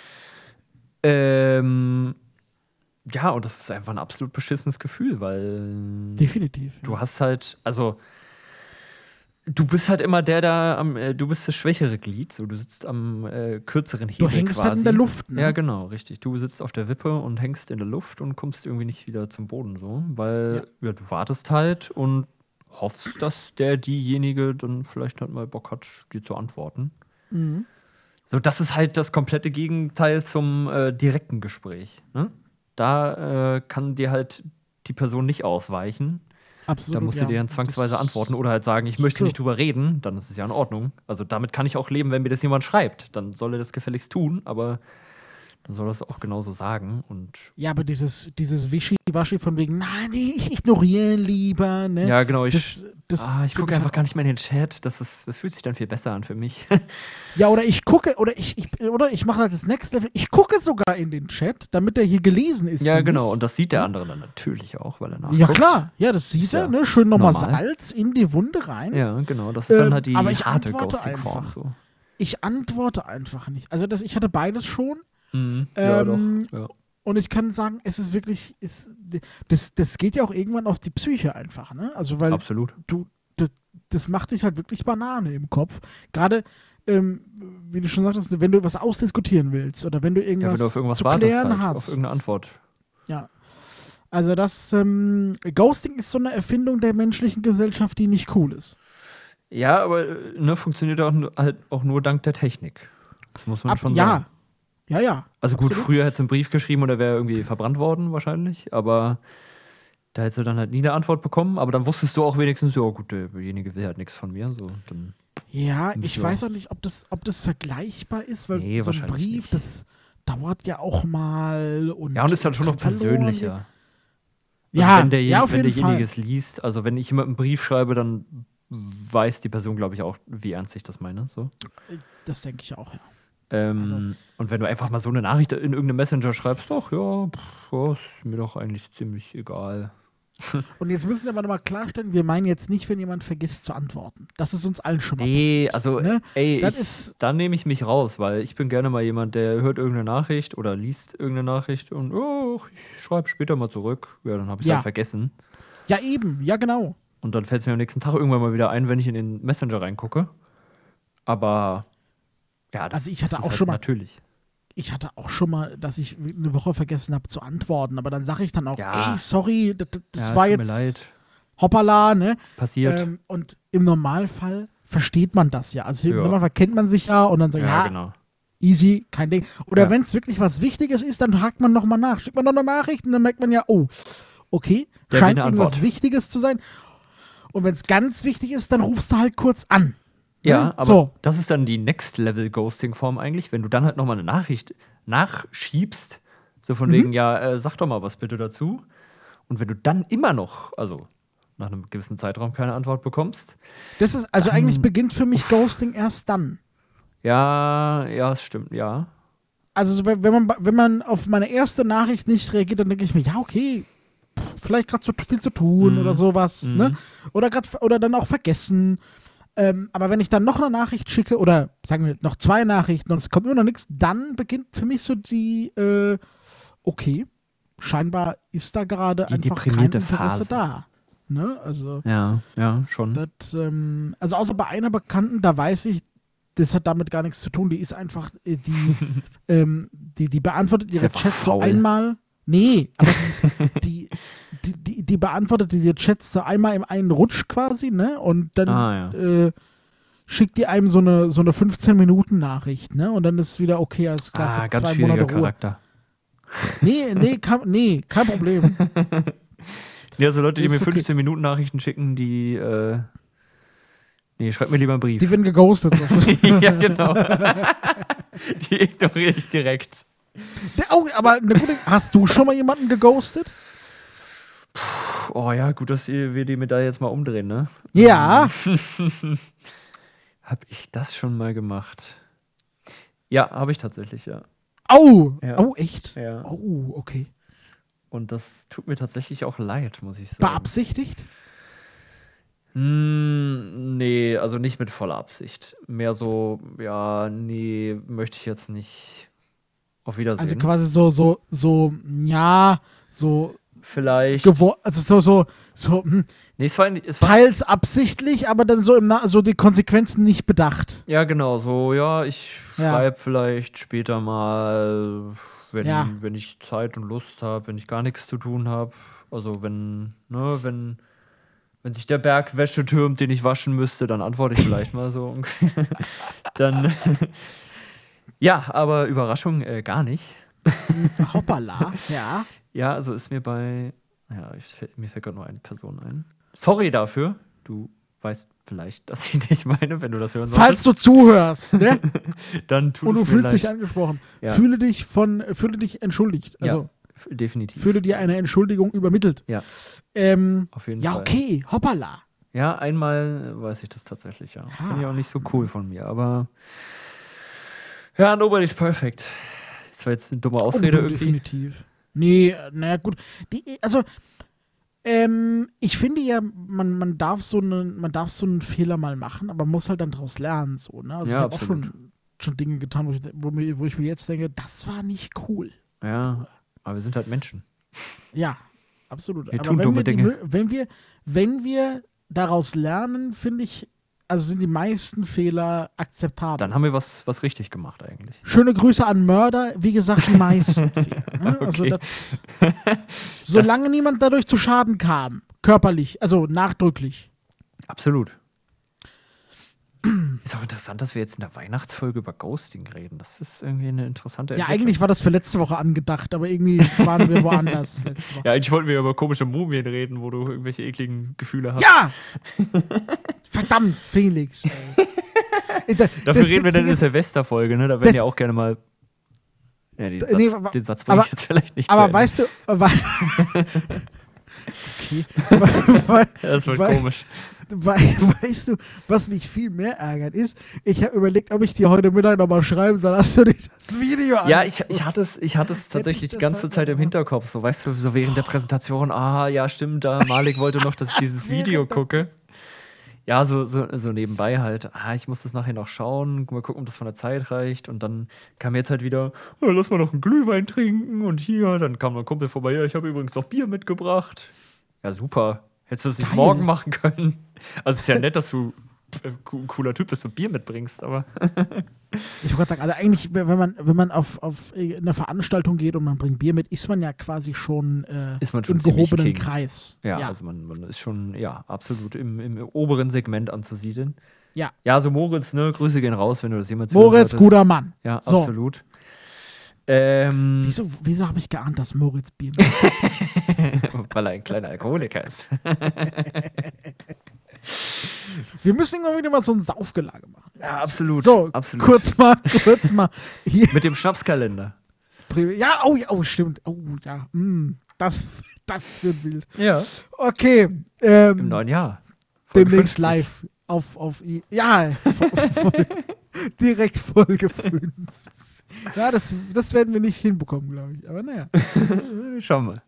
S2: Ähm, ja, und das ist einfach ein absolut beschissenes Gefühl, weil
S3: Definitiv. Ja.
S2: du hast halt, also du bist halt immer der da am, äh, du bist das schwächere Glied, so du sitzt am äh, kürzeren Hebel
S3: Du hängst
S2: quasi.
S3: halt in der Luft, ne?
S2: Ja, genau, richtig. Du sitzt auf der Wippe und hängst in der Luft und kommst irgendwie nicht wieder zum Boden so, weil ja. du wartest halt und hoffst, dass der diejenige dann vielleicht halt mal Bock hat, dir zu antworten.
S3: Mhm.
S2: So, das ist halt das komplette Gegenteil zum äh, direkten Gespräch. Ne? Da äh, kann dir halt die Person nicht ausweichen.
S3: Absolut.
S2: Da musst
S3: ja.
S2: du dir dann zwangsweise
S3: Das-
S2: antworten oder halt sagen, ich
S3: ist
S2: möchte
S3: true.
S2: nicht drüber reden, dann ist es ja in Ordnung. Also damit kann ich auch leben, wenn mir das jemand schreibt. Dann soll er das gefälligst tun, aber dann soll er es auch genauso sagen. Und
S3: Ja, aber dieses, dieses Wischi-Waschi von wegen, nein, ich ignoriere lieber, ne?
S2: ja, genau, ich,
S3: Das, das
S2: ah, ich
S3: find
S2: gucke
S3: halt
S2: einfach gar nicht mehr in den Chat. Das, ist, das fühlt sich dann viel besser an für mich.
S3: Ja, oder ich gucke, oder ich, ich oder ich mache halt das Next Level. Ich gucke sogar in den Chat, damit der hier gelesen ist.
S2: ja,
S3: für
S2: genau. Und das sieht der andere dann natürlich auch, weil er
S3: mich.
S2: nachguckt.
S3: Ja, klar. Ja, das sieht
S2: Ist
S3: er,
S2: ja
S3: ne? Schön nochmal
S2: normal.
S3: Salz in die Wunde rein.
S2: Ja, genau. Das ist dann
S3: Ähm,
S2: halt die
S3: aber ich
S2: harte
S3: antworte
S2: Ghosting-Form.
S3: einfach.
S2: So.
S3: Ich antworte einfach nicht. Also das, ich hatte beides schon.
S2: Mhm. Ja,
S3: Ähm,
S2: doch. Ja.
S3: Und ich kann sagen, es ist wirklich, ist, das, das geht ja auch irgendwann auf die Psyche einfach, ne? Also weil
S2: Absolut.
S3: du, das, das macht dich halt wirklich Banane im Kopf. Gerade ähm, wie du schon sagtest, wenn du was ausdiskutieren willst oder wenn du
S2: Ja,
S3: irgendwas,
S2: wenn du auf irgendwas
S3: zu
S2: wartest,
S3: klären
S2: halt,
S3: hast.
S2: auf irgendeine Antwort.
S3: Ja. Also das ähm, Ghosting ist so eine Erfindung der menschlichen Gesellschaft, die nicht cool ist.
S2: Ja, aber äh, ne, funktioniert auch, nur- halt auch nur dank der Technik. Das muss man
S3: Ab,
S2: schon
S3: ja.
S2: sagen.
S3: Ja, ja.
S2: Also gut,
S3: absolut.
S2: früher hättest du einen Brief geschrieben und der wäre irgendwie verbrannt worden wahrscheinlich, aber da hättest du dann halt nie eine Antwort bekommen, aber dann wusstest du auch wenigstens, ja gut, derjenige will halt nichts von mir, so, dann
S3: Ja,
S2: Nimmst
S3: ich
S2: du
S3: weiß
S2: auch.
S3: auch nicht, ob das, ob das vergleichbar ist, weil
S2: Nee,
S3: so ein
S2: wahrscheinlich
S3: Brief,
S2: nicht.
S3: das dauert ja auch mal und
S2: Ja, und ist dann schon noch
S3: kann verloren
S2: persönlicher.
S3: gehen.
S2: Also
S3: Ja,
S2: wenn, der,
S3: ja, auf
S2: wenn
S3: jeden
S2: derjenige
S3: Fall.
S2: es liest, also wenn ich jemandem einen Brief schreibe, dann weiß die Person, glaube ich, auch, wie ernst ich das meine. So.
S3: Das denke ich auch, ja.
S2: Ähm,
S3: Also-
S2: und wenn du einfach mal so eine Nachricht in irgendeinem Messenger schreibst, doch, ja, pff, ja, ist mir doch eigentlich ziemlich egal.
S3: Und jetzt müssen wir aber nochmal klarstellen, wir meinen jetzt nicht, wenn jemand vergisst zu antworten. Das ist uns allen schon mal
S2: Nee, also,
S3: ne?
S2: ey,
S3: Das
S2: ich,
S3: ist-
S2: dann nehme ich mich raus, weil ich bin gerne mal jemand, der hört irgendeine Nachricht oder liest irgendeine Nachricht und, oh, ich schreibe später mal zurück. Ja, dann habe ich es
S3: Ja.
S2: halt vergessen.
S3: passiert. Ja, eben, ja, genau.
S2: Und dann fällt es mir am nächsten Tag irgendwann mal wieder ein, wenn ich in den Messenger reingucke. Aber ja, das,
S3: Also ich hatte
S2: das ist
S3: auch
S2: halt
S3: schon mal-
S2: natürlich.
S3: Ich hatte auch schon mal, dass ich eine Woche vergessen habe zu antworten, aber dann sage ich dann auch,
S2: Ja.
S3: ey, sorry, das, das
S2: Ja,
S3: war
S2: tut
S3: jetzt
S2: mir leid.
S3: hoppala, ne?
S2: Passiert.
S3: Ähm, und im Normalfall versteht man das ja. Also im
S2: Ja.
S3: Normalfall kennt man sich ja und dann so,
S2: ja,
S3: ja,
S2: genau.
S3: easy, kein Ding. Oder
S2: Ja.
S3: wenn es wirklich was Wichtiges ist, dann hakt man nochmal nach. Schickt man noch eine Nachricht und dann merkt man ja, oh, okay,
S2: Der
S3: scheint
S2: will eine
S3: irgendwas
S2: Antwort.
S3: Wichtiges zu sein. Und wenn es ganz wichtig ist, dann rufst du halt kurz an.
S2: Ja,
S3: Ne?
S2: aber
S3: So.
S2: das ist dann die Next-Level-Ghosting-Form eigentlich, wenn du dann halt nochmal eine Nachricht nachschiebst, so von
S3: Mhm.
S2: wegen, ja, äh, sag doch mal was bitte dazu. Und wenn du dann immer noch, also nach einem gewissen Zeitraum keine Antwort bekommst,
S3: Das ist, also
S2: Dann-
S3: eigentlich beginnt für mich Ghosting erst dann.
S2: ja, ja, es stimmt, ja.
S3: Also so, wenn wenn man, wenn man auf meine erste Nachricht nicht reagiert, dann denke ich mir, ja, okay, pff, vielleicht gerade so viel zu tun
S2: Mhm.
S3: oder sowas,
S2: Mhm.
S3: ne? Oder grad, oder dann auch vergessen. Ähm, aber wenn ich dann noch eine Nachricht schicke oder sagen wir noch zwei Nachrichten und es kommt immer noch nichts, dann beginnt für mich so die, äh, okay, scheinbar ist da gerade
S2: Die
S3: einfach kein
S2: deprimierte
S3: Interesse
S2: Phase.
S3: da. Ne? Also,
S2: Ja, ja, schon.
S3: das, ähm, also außer bei einer Bekannten, da weiß ich, das hat damit gar nichts zu tun. Die ist einfach, äh, die, ähm, die, die beantwortet
S2: Ist
S3: ihre
S2: einfach
S3: Chats so
S2: faul.
S3: einmal. Nee, aber die, ist, die, die, die, die beantwortet diese Chats so einmal im einen Rutsch quasi, ne? Und dann
S2: Ah, ja.
S3: äh, schickt die einem so eine, so eine fünfzehn-Minuten-Nachricht, ne? Und dann ist wieder okay, alles klar,
S2: Ah,
S3: für
S2: ganz
S3: zwei
S2: schwieriger
S3: Monate Ruhe.
S2: Charakter.
S3: Nee, nee, kein, nee, kein Problem.
S2: Ja, so Leute, die
S3: Ist
S2: mir
S3: okay.
S2: fünfzehn Minuten Nachrichten schicken, die, äh, nee, schreib mir lieber einen Brief.
S3: Die werden geghostet. Das ist-
S2: ja, genau. die ignoriere ich direkt.
S3: Der, oh, aber eine gute, hast du schon mal jemanden geghostet?
S2: Oh ja, gut, dass wir die Medaille jetzt mal umdrehen, ne?
S3: Ja.
S2: Hab ich das schon mal gemacht? Ja, habe ich tatsächlich, ja.
S3: Oh,
S2: Ja.
S3: oh, echt?
S2: Ja.
S3: Oh, okay.
S2: Und das tut mir tatsächlich auch leid, muss ich sagen.
S3: Beabsichtigt?
S2: Hm, nee, also nicht mit voller Absicht. Mehr so, ja, nee, möchte ich jetzt nicht. Auf Wiedersehen.
S3: Also quasi so, so, so, ja, so,
S2: Vielleicht.
S3: gewo- also so, so, so, hm,
S2: Nee, es war, es war
S3: teils absichtlich, aber dann so im Na so die Konsequenzen nicht bedacht.
S2: ja, genau, so, ja, ich
S3: Ja.
S2: schreibe vielleicht später mal, wenn,
S3: Ja.
S2: wenn ich Zeit und Lust habe, wenn ich gar nichts zu tun habe. Also wenn, ne, wenn, wenn sich der Berg Wäsche türmt, den ich waschen müsste, dann antworte ich vielleicht mal so ungefähr. Dann, ja, aber Überraschung, äh, gar nicht.
S3: Hoppala, ja.
S2: Ja, also ist mir bei, ja, ich, fäll- mir fällt gerade nur eine Person ein. Sorry dafür, du weißt vielleicht, dass ich dich meine, wenn du das hören
S3: Falls
S2: solltest.
S3: du zuhörst, ne?
S2: Dann tut
S3: Und du
S2: es mir
S3: fühlst
S2: leid.
S3: dich angesprochen.
S2: Ja.
S3: Fühle dich von, fühle dich entschuldigt. Also
S2: F- Definitiv.
S3: fühle dir eine Entschuldigung übermittelt.
S2: Ja,
S3: Ähm,
S2: auf jeden
S3: ja,
S2: Fall.
S3: okay, hoppala.
S2: Ja, einmal weiß ich das tatsächlich, ja. Finde ich auch nicht so cool von mir, aber ja, nobody's perfect. Das war jetzt eine dumme Ausrede
S3: Oh, du,
S2: irgendwie.
S3: definitiv. Nee, naja, gut. Die, also, ähm, ich finde ja, man, man, darf so einen, man darf so einen Fehler mal machen, aber man muss halt dann daraus lernen. So, ne? Also
S2: Ja,
S3: ich habe auch
S2: absolut.
S3: schon, schon Dinge getan, wo ich, wo, mir, wo ich mir jetzt denke, das war nicht cool.
S2: Ja, aber wir sind halt Menschen.
S3: Ja, absolut.
S2: Wir
S3: aber
S2: tun
S3: wenn
S2: dumme
S3: wir, die
S2: Dinge.
S3: Mö- wenn wir, wenn wir daraus lernen, finde ich, also sind die meisten Fehler akzeptabel.
S2: Dann haben wir was, was richtig gemacht eigentlich.
S3: Schöne Grüße an Mörder, wie gesagt, die meisten Fehler. Ne? Also
S2: Okay.
S3: das, solange niemand dadurch zu Schaden kam, körperlich, also nachdrücklich.
S2: Absolut. Ist auch interessant, dass wir jetzt in der Weihnachtsfolge über Ghosting reden. Das ist irgendwie eine interessante
S3: Ja,
S2: Entwicklung.
S3: eigentlich war das für letzte Woche angedacht, aber irgendwie waren wir woanders letzte Woche.
S2: Ja, eigentlich wollten wir über komische Mumien reden, wo du irgendwelche ekligen Gefühle hast.
S3: Ja! Verdammt, Felix. ey. Da-
S2: Dafür
S3: das
S2: reden wir dann in der
S3: Witzige ist-
S2: Silvesterfolge, ne? Da werden
S3: das-
S2: ja auch gerne mal. Ja, den Satz,
S3: Nee, aber-
S2: den Satz bringe ich
S3: aber-
S2: jetzt vielleicht nicht
S3: Aber
S2: zu Ende.
S3: weißt du, aber, okay. Weil-
S2: Ja, das wird
S3: weil-
S2: komisch.
S3: Weil, weißt du, was mich viel mehr ärgert, ist, ich habe überlegt, ob ich dir heute Mittag nochmal schreiben soll, hast du dir das Video
S2: Ja,
S3: an.
S2: ich, ich hatte es, ich hatte es tatsächlich
S3: ich
S2: die
S3: das
S2: ganze
S3: heute
S2: Zeit im
S3: noch-
S2: Hinterkopf. So, weißt du, so während der Präsentation, ah, ja, stimmt, da Malik wollte noch, dass ich dieses
S3: Während
S2: Video
S3: der
S2: gucke. Ja, so, so, so nebenbei halt, ah, ich muss das nachher noch schauen, mal gucken, ob das von der Zeit reicht. Und dann kam jetzt halt wieder, oh, lass mal noch einen Glühwein trinken. Und hier, dann kam mein Kumpel vorbei, ja, ich habe übrigens noch Bier mitgebracht. Ja, super. Hättest du das nicht
S3: Geil.
S2: morgen machen können? Also, es ist ja nett, dass du äh, co- cooler Typ bist und Bier mitbringst, aber.
S3: Ich wollte gerade sagen, also eigentlich, wenn man, wenn man auf, auf eine Veranstaltung geht und man bringt Bier mit, ist man ja quasi schon, äh,
S2: Ist man schon
S3: im
S2: ziemlich
S3: gehobenen
S2: King.
S3: Kreis.
S2: Ja, also man, man ist schon, ja, absolut im, im oberen Segment anzusiedeln.
S3: Ja.
S2: Ja, so Moritz, ne, Grüße gehen raus, wenn du das jemals
S3: Moritz,
S2: hören solltest.
S3: guter Mann.
S2: Ja,
S3: So.
S2: absolut. Ähm,
S3: Wieso, wieso habe ich geahnt, dass Moritz Bier mit?
S2: weil er ein kleiner Alkoholiker ist.
S3: Wir müssen irgendwann wieder mal so ein Saufgelage machen.
S2: Ja, absolut.
S3: So,
S2: absolut.
S3: kurz mal, kurz mal. Hier.
S2: Mit dem Schnapskalender.
S3: Ja, oh, ja, oh, stimmt. Oh, ja, mm, das, das wird wild.
S2: Ja.
S3: Okay, ähm,
S2: Im neuen Jahr. Folge
S3: demnächst
S2: fünfzig.
S3: live auf, auf I- ja, voll, direkt Folge fünf. Ja, das, das werden wir nicht hinbekommen, glaube ich. Aber naja.
S2: Schauen wir.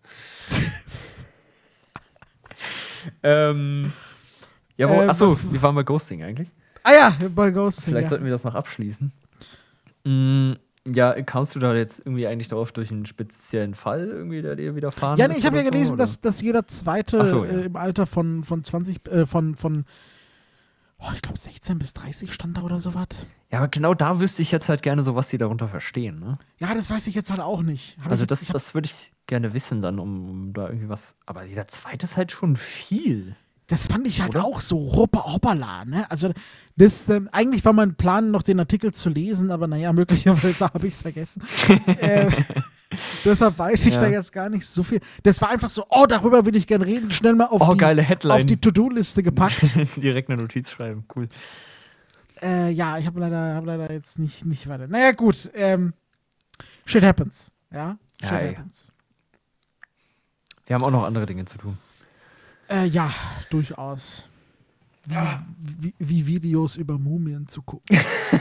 S2: ähm, ja, wo,
S3: Ähm,
S2: achso, wie waren wir Ghosting eigentlich?
S3: Ah ja, bei Ghost.
S2: Vielleicht
S3: ja.
S2: sollten wir das noch abschließen. Mm, ja, kamst du da jetzt irgendwie eigentlich drauf durch einen speziellen Fall, irgendwie, der dir widerfahren
S3: Ja,
S2: ist?
S3: nee, ich habe ja
S2: oder so,
S3: gelesen,
S2: oder?
S3: dass, dass jeder Zweite
S2: Ach so, ja.
S3: äh, im Alter von, von zwanzig, äh, von, von oh, ich glaube sechzehn bis dreißig stand da oder sowas.
S2: Ja, aber genau da wüsste ich jetzt halt gerne so, was sie darunter verstehen, ne?
S3: Ja, das weiß ich jetzt halt auch nicht. Hab
S2: Also
S3: ich jetzt,
S2: das,
S3: ich hab,
S2: das würde ich gerne wissen dann, um, um da irgendwie was. Aber jeder zweite ist halt schon viel.
S3: das fand ich halt
S2: Oder?
S3: auch so hoppa, hoppala, ne? Also das, ähm, eigentlich war mein Plan, noch den Artikel zu lesen, aber naja, möglicherweise habe ich es vergessen. äh, deshalb weiß ich
S2: Ja.
S3: da jetzt gar nicht so viel. Das war einfach so, oh, darüber will ich gerne reden, schnell mal auf
S2: Oh,
S3: die,
S2: geile Headline.
S3: auf die To-Do-Liste gepackt.
S2: Direkt eine Notiz schreiben, cool.
S3: Äh, ja, ich habe leider, hab leider jetzt nicht, nicht weiter. Naja, gut. Ähm, shit happens. Ja, shit
S2: Ja, ey.
S3: happens.
S2: Wir haben auch noch andere Dinge zu tun.
S3: Äh, ja, durchaus. Wie,
S2: Ah.
S3: wie, wie Videos über Mumien zu gucken.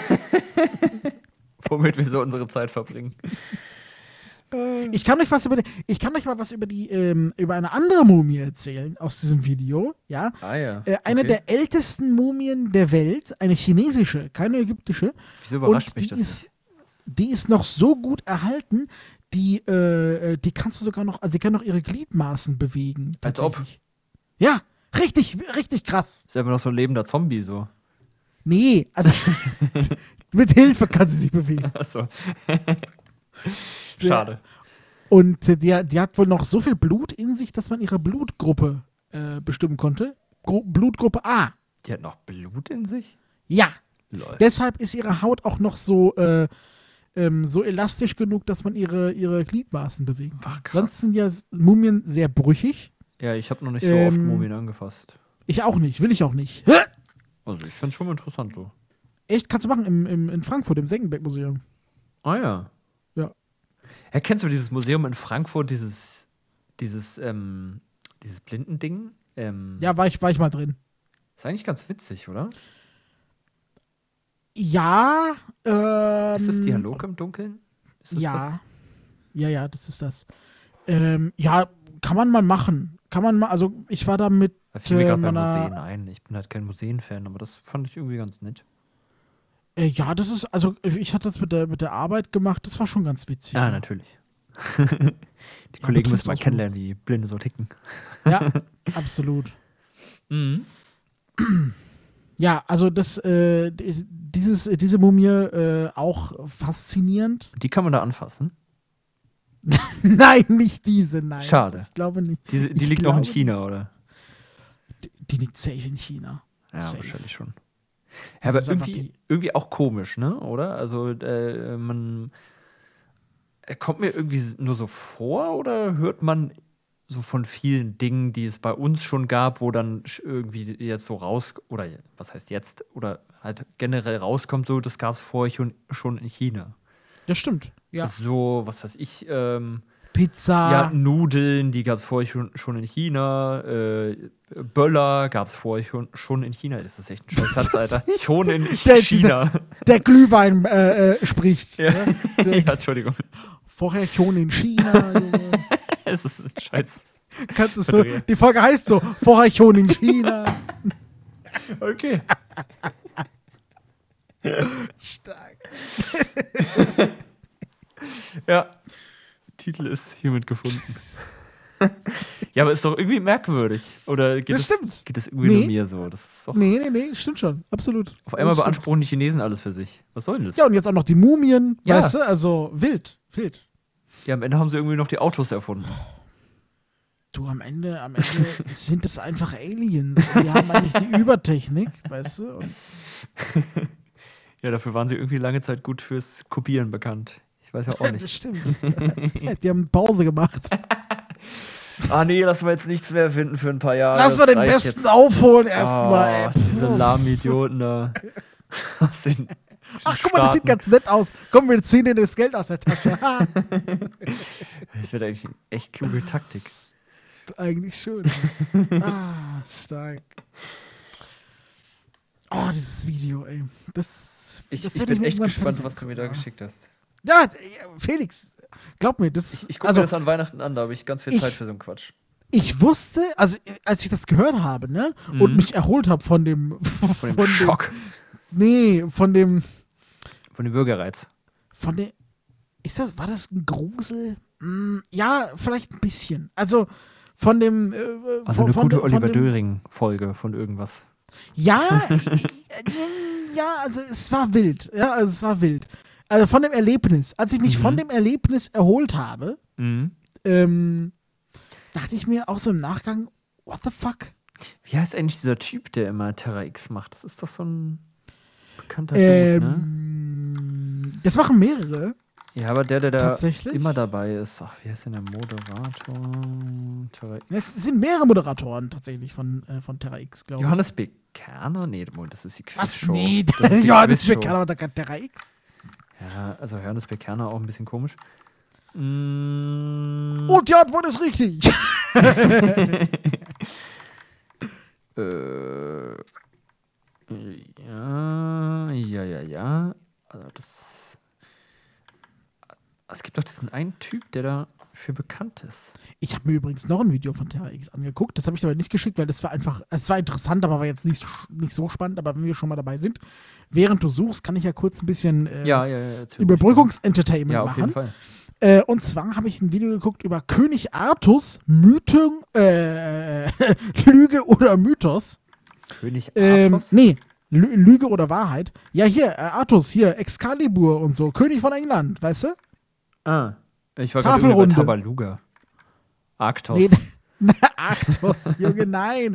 S2: Womit wir so unsere Zeit verbringen.
S3: Ich kann euch was über die, ich kann euch mal was über die, ähm, über eine andere Mumie erzählen aus diesem Video. Ja,
S2: Ah ja.
S3: äh, eine
S2: okay.
S3: der ältesten Mumien der Welt, eine chinesische, keine ägyptische.
S2: Wieso überrascht
S3: Und
S2: mich
S3: die
S2: das
S3: ist,
S2: nicht?
S3: die ist noch so gut erhalten, die, äh, die kannst du sogar noch, also sie kann noch ihre Gliedmaßen bewegen.
S2: Als ob.
S3: tatsächlich. Ja, richtig, richtig krass.
S2: Ist einfach noch so ein lebender Zombie so.
S3: Nee, also mit Hilfe kann sie sich bewegen.
S2: Achso. Schade.
S3: Und äh, die, die hat wohl noch so viel Blut in sich, dass man ihre Blutgruppe äh, bestimmen konnte. Gru Blutgruppe A.
S2: Die hat noch Blut in sich?
S3: Ja.
S2: Lol.
S3: Deshalb ist ihre Haut auch noch so, äh, ähm, so elastisch genug, dass man ihre, ihre Gliedmaßen bewegen kann.
S2: Ach, krass.
S3: Sonst sind ja Mumien sehr brüchig.
S2: Ja, ich habe noch nicht so oft
S3: Ähm,
S2: Mumien angefasst.
S3: Ich auch nicht, will ich auch nicht.
S2: Also ich find's schon mal interessant so.
S3: Echt, kannst du machen im, im, in Frankfurt, im Senckenberg-Museum.
S2: Ah ja.
S3: Ja.
S2: Ja, kennst du dieses Museum in Frankfurt, dieses, dieses, ähm, dieses Blindending? Ähm,
S3: Ja, war ich, war ich mal drin.
S2: Ist eigentlich ganz witzig, oder?
S3: Ja, ähm,
S2: Ist das Dialog im Dunkeln? Ist das
S3: Ja. Ja, ja, das ist das. Ähm, ja, kann man mal machen. Kann man mal, also ich war da mit
S2: das? Da fiel mir
S3: äh,
S2: gerade bei
S3: meiner-
S2: Museen ein. Ich bin halt kein Museenfan, aber das fand ich irgendwie ganz nett.
S3: Äh, ja, das ist, also ich hatte das mit der, mit der Arbeit gemacht, das war schon ganz witzig.
S2: Ja, natürlich. Die Kollegen
S3: betrifft's
S2: müssen mal
S3: auch so.
S2: kennenlernen, wie Blinde so ticken.
S3: Ja, absolut.
S2: Mhm.
S3: Ja, also das, äh, dieses, diese Mumie äh, auch faszinierend.
S2: Die kann man da anfassen.
S3: Nein, nicht diese, nein.
S2: Schade.
S3: Ich glaube nicht.
S2: Die, die
S3: Ich
S2: liegt noch in
S3: glaube
S2: China, oder?
S3: Die, die liegt safe in China.
S2: Ja,
S3: Safe.
S2: wahrscheinlich schon.
S3: Das
S2: Ja, aber
S3: ist einfach
S2: irgendwie,
S3: die-
S2: irgendwie auch komisch, ne? Oder? Also, äh, man. Er kommt mir irgendwie nur so vor, oder hört man so von vielen Dingen, die es bei uns schon gab, wo dann sch- irgendwie jetzt so raus. Oder was heißt jetzt? Oder halt generell rauskommt, so, das gab es vorher schon, schon in China.
S3: Das stimmt. Ja.
S2: So, was weiß ich, ähm.
S3: Pizza.
S2: Ja, Nudeln, die gab es vorher schon, schon in China. Äh, Böller gab es vorher schon, schon in China. Das ist echt ein scheiß Satz, Alter. Schon in
S3: Der-
S2: China.
S3: Der Glühwein äh, äh, spricht.
S2: Ja.
S3: Ne? Der,
S2: Ja, Entschuldigung.
S3: Vorher schon in China. Junge.
S2: Es ist ein scheiß.
S3: Kannst du so,
S2: Verdrehe.
S3: die Folge heißt so, vorher schon in China.
S2: Okay.
S3: Stark.
S2: Ja. Titel ist hiermit gefunden. Ja, aber ist doch irgendwie merkwürdig. Oder geht
S3: Das
S2: es,
S3: stimmt.
S2: geht es irgendwie
S3: Nee.
S2: nur mir so? Das ist doch,
S3: Nee, nee, nee, stimmt schon. Absolut.
S2: auf einmal
S3: Das stimmt.
S2: beanspruchen die Chinesen alles für sich. Was soll denn das?
S3: Ja, und jetzt auch noch die Mumien,
S2: Ja.
S3: weißt du? Also wild, wild.
S2: Ja, am Ende haben sie irgendwie noch die Autos erfunden.
S3: Du, am Ende, am Ende sind es einfach Aliens. Und die haben eigentlich die Übertechnik, weißt du? Und
S2: Ja, dafür waren sie irgendwie lange Zeit gut fürs Kopieren bekannt. Ich weiß ja auch
S3: das
S2: nicht.
S3: stimmt. Die haben Pause gemacht.
S2: Ah nee, lass mal jetzt nichts mehr finden für ein paar Jahre.
S3: Lass mal
S2: Das
S3: den
S2: reicht
S3: Westen
S2: jetzt.
S3: aufholen erstmal,
S2: Oh,
S3: ey.
S2: diese lahmen Idioten da. Aus den- aus
S3: Ach,
S2: den
S3: guck mal, das sieht
S2: Staaten.
S3: ganz nett aus. Komm, wir ziehen dir das Geld aus der Tasche. Ha,
S2: Das wird eigentlich eine echt kluge Taktik.
S3: eigentlich schon. Ah, stark. Oh, dieses Video, ey. Das,
S2: Ich,
S3: das
S2: ich
S3: werd
S2: bin
S3: mir
S2: echt
S3: irgendwann
S2: gespannt,
S3: fertig
S2: was du mir da
S3: angucken,
S2: geschickt hast.
S3: Ja, Ja, Felix, glaub mir, das
S2: Ich, ich gucke
S3: also,
S2: mir das an Weihnachten an, da habe ich ganz viel
S3: Ich-
S2: Zeit für so einen Quatsch.
S3: ich wusste, also als ich das gehört habe, ne,
S2: Mhm.
S3: und mich erholt habe von dem,
S2: Von dem Schock,
S3: nee, von dem,
S2: von dem Bürgerreiz.
S3: von dem, ist das, war das ein Grusel? Hm, ja, vielleicht ein bisschen. Also von dem, äh,
S2: Also
S3: von,
S2: eine
S3: von
S2: gute
S3: dem- von
S2: Oliver
S3: dem-
S2: Döring-Folge von irgendwas.
S3: Ja, äh, ja, also es war wild. Ja, also es war wild. Also von dem Erlebnis. Als ich mich
S2: Mhm.
S3: von dem Erlebnis erholt habe,
S2: Mhm.
S3: ähm, dachte ich mir auch so im Nachgang, what the fuck?
S2: Wie heißt eigentlich dieser Typ, der immer Terra X macht? Das ist doch so ein bekannter Dude, ne?
S3: Ähm, das machen mehrere,
S2: Ja, aber der, der da
S3: tatsächlich.
S2: immer dabei ist. Ach, wie heißt denn der Moderator? Terra X.
S3: Es sind mehrere Moderatoren tatsächlich von, äh, von Terra X, glaube ich.
S2: Johannes B. Kerner? Nee, das ist die
S3: Was?
S2: Quizshow.
S3: Nee,
S2: Das ist die
S3: Johannes
S2: Quizshow.
S3: Becker, aber da kann Terra X.
S2: Ja, also Johannes B. Kerner auch ein bisschen komisch. Mm,
S3: Und die Antwort ist richtig.
S2: äh, ja, ja, ja, ja. Also das. Es gibt doch diesen einen Typ, der dafür bekannt ist.
S3: Ich habe mir übrigens noch ein Video von Terra X angeguckt. Das habe ich aber nicht geschickt, weil das war einfach, es war interessant, aber war jetzt nicht, nicht so spannend. Aber wenn wir schon mal dabei sind, während du suchst, kann ich ja kurz ein bisschen äh,
S2: Ja, ja, ja. erzähl ruhig.
S3: Überbrückungsentertainment
S2: Ja, auf jeden
S3: machen.
S2: Fall.
S3: Äh, und zwar habe ich ein Video geguckt über König Artus, Mythung, äh, Lüge oder Mythos.
S2: König
S3: Ähm,
S2: Arthos?
S3: nee, Lü Lüge oder Wahrheit. Ja, hier, äh, Artus, hier, Excalibur und so. König von England, weißt du?
S2: Ah, ich war gerade irgendwie bei
S3: Tafelrunde.
S2: Tabaluga. Arktos.
S3: Nee, na, Arktos, Junge, nein.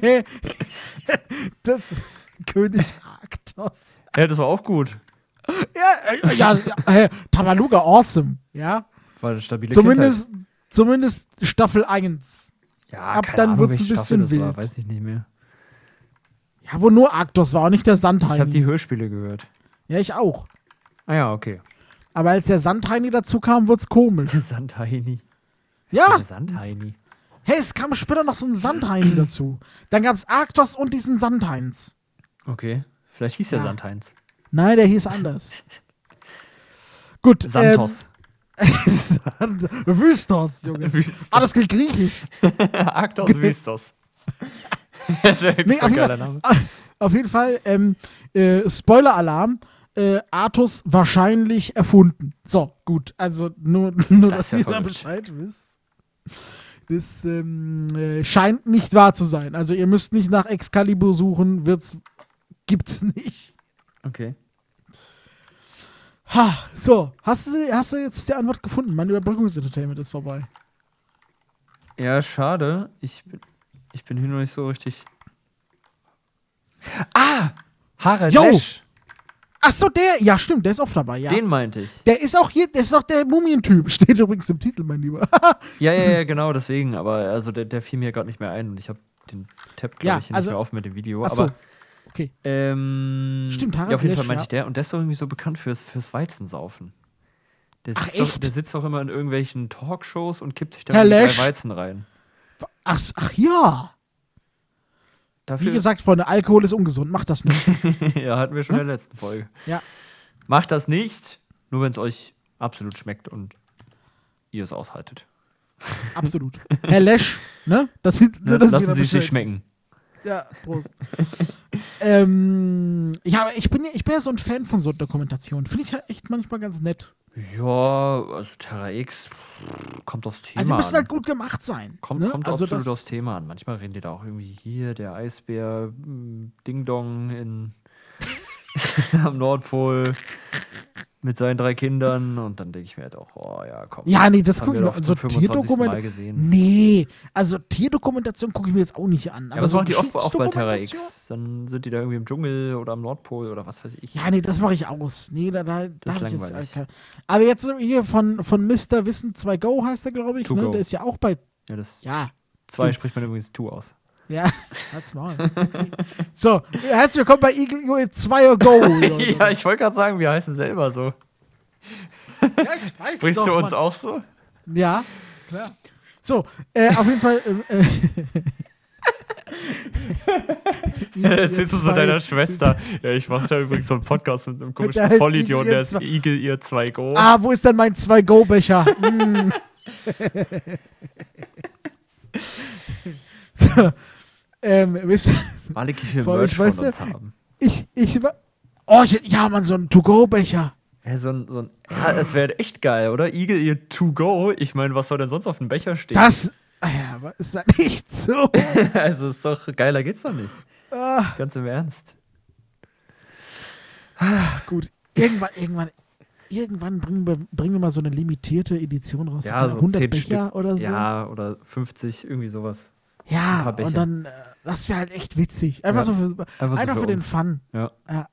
S3: das, König Arktos.
S2: Ja, das war auch gut.
S3: Ja, äh, ja, ja äh, Tabaluga, awesome, ja.
S2: War eine stabile
S3: Zumindest, zumindest Staffel eins.
S2: Kindheit. Ja,
S3: ab
S2: keine
S3: dann
S2: Ahnung,
S3: wird's ein
S2: welche
S3: bisschen
S2: Staffel das war,
S3: wild.
S2: weiß ich nicht mehr.
S3: Ja, wo nur Arktos war, und nicht der
S2: Ich habe
S3: Sandheini.
S2: die Hörspiele gehört.
S3: Ja, ich auch.
S2: Ah ja, okay.
S3: Aber als der Sandheini dazu kam, wird's komisch.
S2: Der Sandheini.
S3: Ja,
S2: Der Sandheini.
S3: hey, es kam später noch so ein Sandheini dazu. Dann gab's Arktos und diesen Sandheins.
S2: Okay. Vielleicht hieß der
S3: Ja.
S2: Sandheinz.
S3: Nein, der hieß anders. Gut.
S2: Santos.
S3: Ähm, Sand Wüstos, Junge.
S2: Wüstos.
S3: Ah, das gilt griechisch.
S2: Arktos Wüstos. Das wäre
S3: Nee,
S2: nee,
S3: auf
S2: ein
S3: jeden
S2: geiler Name.
S3: Auf jeden Fall, ähm, äh, Spoiler-Alarm. Äh, Artus wahrscheinlich erfunden. So, gut. Also nur, nur
S2: Das
S3: dass
S2: ist ja
S3: ihr da
S2: verrückt.
S3: Bescheid wisst. Das ähm, äh, scheint nicht wahr zu sein. Also ihr müsst nicht nach Excalibur suchen, wird's Gibt's nicht.
S2: Okay.
S3: Ha, so. Hast du, hast du jetzt die Antwort gefunden? Mein Überbrückungsentertainment ist vorbei.
S2: Ja, schade. Ich bin, ich bin hier noch nicht so richtig. Ah! Harald
S3: Jo!
S2: Lesch.
S3: Ach so, der. Ja, stimmt, der ist oft dabei, ja.
S2: Den meinte ich.
S3: Der ist auch hier, der ist auch der Mumientyp. Steht übrigens im Titel, mein Lieber.
S2: Ja, ja, ja, genau, deswegen. Aber also der, der fiel mir gerade nicht mehr ein und ich habe den Tab, glaube
S3: Ja,
S2: ich, hier
S3: also-
S2: nicht mehr auf mit dem Video.
S3: Ach so.
S2: Aber
S3: Okay.
S2: ähm,
S3: Stimmt, Harald
S2: ja, auf jeden
S3: Lesch,
S2: Fall meinte
S3: ja.
S2: ich der. Und der ist doch irgendwie so bekannt fürs, fürs Weizensaufen. Der
S3: Ach,
S2: sitzt, doch,
S3: echt?
S2: der sitzt doch immer in irgendwelchen Talkshows und kippt sich da
S3: Herr
S2: irgendwie
S3: Lesch?
S2: drei Weizen rein.
S3: Ach, s- ach ja.
S2: Dafür,
S3: Wie gesagt, Freunde, Alkohol ist ungesund. Macht das nicht.
S2: ja, hatten wir schon in der letzten Folge.
S3: Ja.
S2: Macht das nicht, nur wenn es euch absolut schmeckt und ihr es aushaltet.
S3: Absolut. Herr Lesch, ne? Das ist,
S2: Ne?
S3: nur, dass
S2: Lassen
S3: jeder
S2: Sie es
S3: Bescheid
S2: sich schmecken.
S3: weiß. Ja, Prost. ähm, ja, aber ich bin ja, ich bin ja so ein Fan von so Dokumentationen. Finde ich ja echt manchmal ganz nett.
S2: Ja, also Terra X pff, kommt aufs Thema
S3: Also, die müssen
S2: an.
S3: halt gut gemacht sein.
S2: Kommt,
S3: ne?
S2: kommt
S3: also
S2: absolut
S3: das,
S2: aufs Thema an. Manchmal reden die da auch irgendwie hier, der Eisbär, mm, Ding Dong in am Nordpol mit seinen drei Kindern und dann denke ich mir halt auch, oh ja, komm.
S3: Ja, nee, das
S2: haben
S3: gucke
S2: wir
S3: ich
S2: doch
S3: mir. So
S2: zum fünfundzwanzigsten Mal
S3: Tierdokumentation.
S2: gesehen.
S3: Nee, also Tierdokumentation gucke ich mir jetzt auch nicht an.
S2: Ja, aber das
S3: so
S2: machen die oft auch bei Terra
S3: Geschichtsdokumentation?
S2: X. Dann sind die da irgendwie im Dschungel oder am Nordpol oder was weiß ich.
S3: Ja, nee, das mache ich aus. Nee, da, da, da
S2: ist
S3: hab ich jetzt.
S2: langweilig.
S3: äh, Aber jetzt so hier von, von Mister Wissen zwei Go heißt der, glaube ich.
S2: To
S3: Ne?
S2: Go.
S3: Der ist ja auch bei.
S2: Ja, das
S3: Ja,
S2: zwei spricht man übrigens Tu aus.
S3: ja, halt's Maul. ist okay. So, herzlich willkommen bei Eagle U E zwei Go.
S2: ja, ich wollte gerade sagen, wir heißen selber so.
S3: ja, ich weiß
S2: Sprichst
S3: doch,
S2: du uns
S3: Mann.
S2: auch so?
S3: Ja, klar. So, äh, auf jeden Fall. Äh, äh,
S2: Erzählst du so
S3: zwei-
S2: deiner Schwester. Ja, ich mache da übrigens so einen Podcast mit einem
S3: Der
S2: komischen
S3: heißt
S2: Vollidiot,
S3: Igel,
S2: der
S3: ihr
S2: ist
S3: zwei-
S2: Igel, ihr zwei Go.
S3: Ah, wo ist denn mein zwei Go Becher? mm. so, ähm, wisst ihr,
S2: Malik, wie viel
S3: Vor allem,
S2: Merch
S3: ich
S2: von
S3: weiß
S2: uns
S3: ja-
S2: haben.
S3: ich, ich, war- oh, ich, ja, Mann, so ein To-Go-Becher.
S2: Ja, so ein, so ein, ja, das wäre echt geil, oder? Igel, ihr To Go. Ich meine, was soll denn sonst auf dem Becher stehen?
S3: Das, ah ja, aber ist ja nicht so.
S2: also, ist doch geiler geht's doch nicht.
S3: Ah,
S2: Ganz im Ernst.
S3: gut, irgendwann, irgendwann, irgendwann bringen wir, bringen wir mal so eine limitierte Edition raus.
S2: Ja, so
S3: hundert
S2: zehn
S3: Becher
S2: Stück.
S3: oder so.
S2: Ja, oder fünfzig, irgendwie sowas. ein
S3: Ja,
S2: paar Becher.
S3: und dann, äh, das wäre halt echt witzig. Einfach
S2: Ja,
S3: so für,
S2: einfach so
S3: einfach
S2: für
S3: für den
S2: uns.
S3: Fun.
S2: Ja.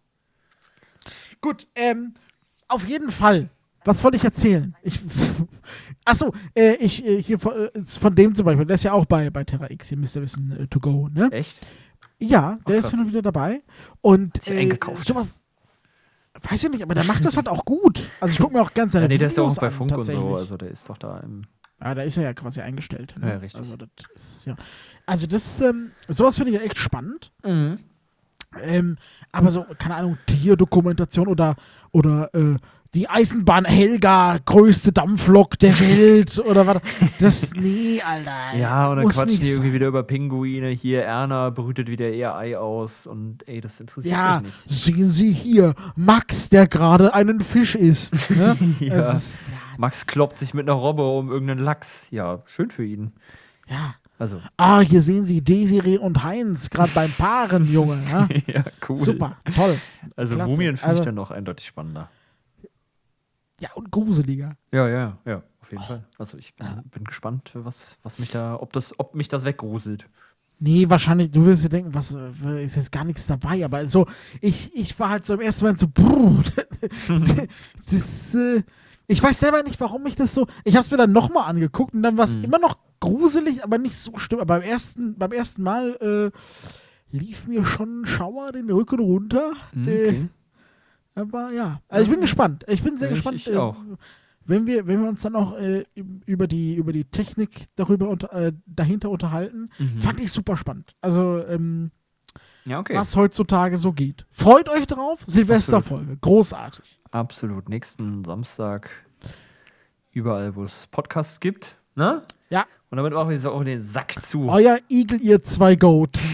S3: Gut, ähm, auf jeden Fall. Was wollte ich erzählen? Ich, achso, äh, ich, äh, hier von, äh, von dem zum Beispiel, der ist ja auch bei, bei Terra X, hier müsst ihr wissen, äh, To Go, ne?
S2: Echt?
S3: Ja, der
S2: Ach,
S3: ist
S2: krass.
S3: hin und wieder dabei. Und
S2: sich
S3: äh,
S2: eingekauft.
S3: sowas, weiß ich nicht, aber der macht das halt auch gut. Also ich gucke mir auch ganz seine
S2: Ja, nee, der ist ja auch
S3: Videos
S2: bei
S3: an,
S2: Funk und so.
S3: tatsächlich.
S2: Also, der ist doch da im.
S3: Ja, da ist er ja quasi eingestellt. Ne?
S2: Ja, richtig.
S3: Also das ist, ja. Also das, ähm, sowas finde ich ja echt spannend.
S2: Mhm.
S3: Ähm, aber so, keine Ahnung, Tierdokumentation oder, oder äh, die Eisenbahn Helga, größte Dampflok der Welt oder was. Das, nee, Alter.
S2: Ja, und dann
S3: muss
S2: quatschen
S3: nicht
S2: die irgendwie
S3: sein.
S2: wieder über Pinguine. Hier, Erna brütet wieder ihr Ei aus. Und ey, das interessiert
S3: Ja,
S2: mich nicht.
S3: sehen Sie hier, Max, der gerade einen Fisch isst. Ne?
S2: Ja.
S3: Es ist,
S2: Max kloppt sich mit einer Robbe um irgendeinen Lachs. Ja, schön für ihn.
S3: ja.
S2: Also,
S3: Ah, hier sehen Sie Desiree und Heinz, gerade beim Paaren, Junge. Ja?
S2: ja, cool.
S3: Super, toll.
S2: Also,
S3: klasse.
S2: Mumien finde
S3: Also-
S2: ich dann noch eindeutig spannender.
S3: Ja, und gruseliger.
S2: Ja, ja, ja, auf jeden Fall. Also, ich bin, bin gespannt, was, was mich da, ob das, ob mich das weggruselt.
S3: Nee, wahrscheinlich, du wirst dir denken, was äh, ist jetzt gar nichts dabei, aber so, ich, ich war halt so im ersten Moment so, bruh, das, äh, ich weiß selber nicht, warum mich das so, ich hab's mir dann nochmal angeguckt und dann war es
S2: Mhm.
S3: immer noch gruselig, aber nicht so schlimm, aber beim ersten, beim ersten Mal äh, lief mir schon ein Schauer den Rücken runter,
S2: Mhm,
S3: äh,
S2: okay.
S3: aber ja, also ich bin gespannt, ich bin sehr
S2: Ja, ich-
S3: gespannt,
S2: ich
S3: äh,
S2: auch.
S3: wenn wir, wenn wir uns dann auch äh, über die, über die Technik darüber unter, äh, dahinter unterhalten,
S2: Mhm.
S3: fand ich super spannend. Also, ähm,
S2: Ja, okay.
S3: was heutzutage so geht. Freut euch drauf, Silvesterfolge. Großartig.
S2: Absolut. Nächsten Samstag überall, wo es Podcasts gibt. Ne?
S3: Ja.
S2: Und damit machen wir jetzt auch den Sack zu.
S3: Euer Igel, ihr zwei Go-Team.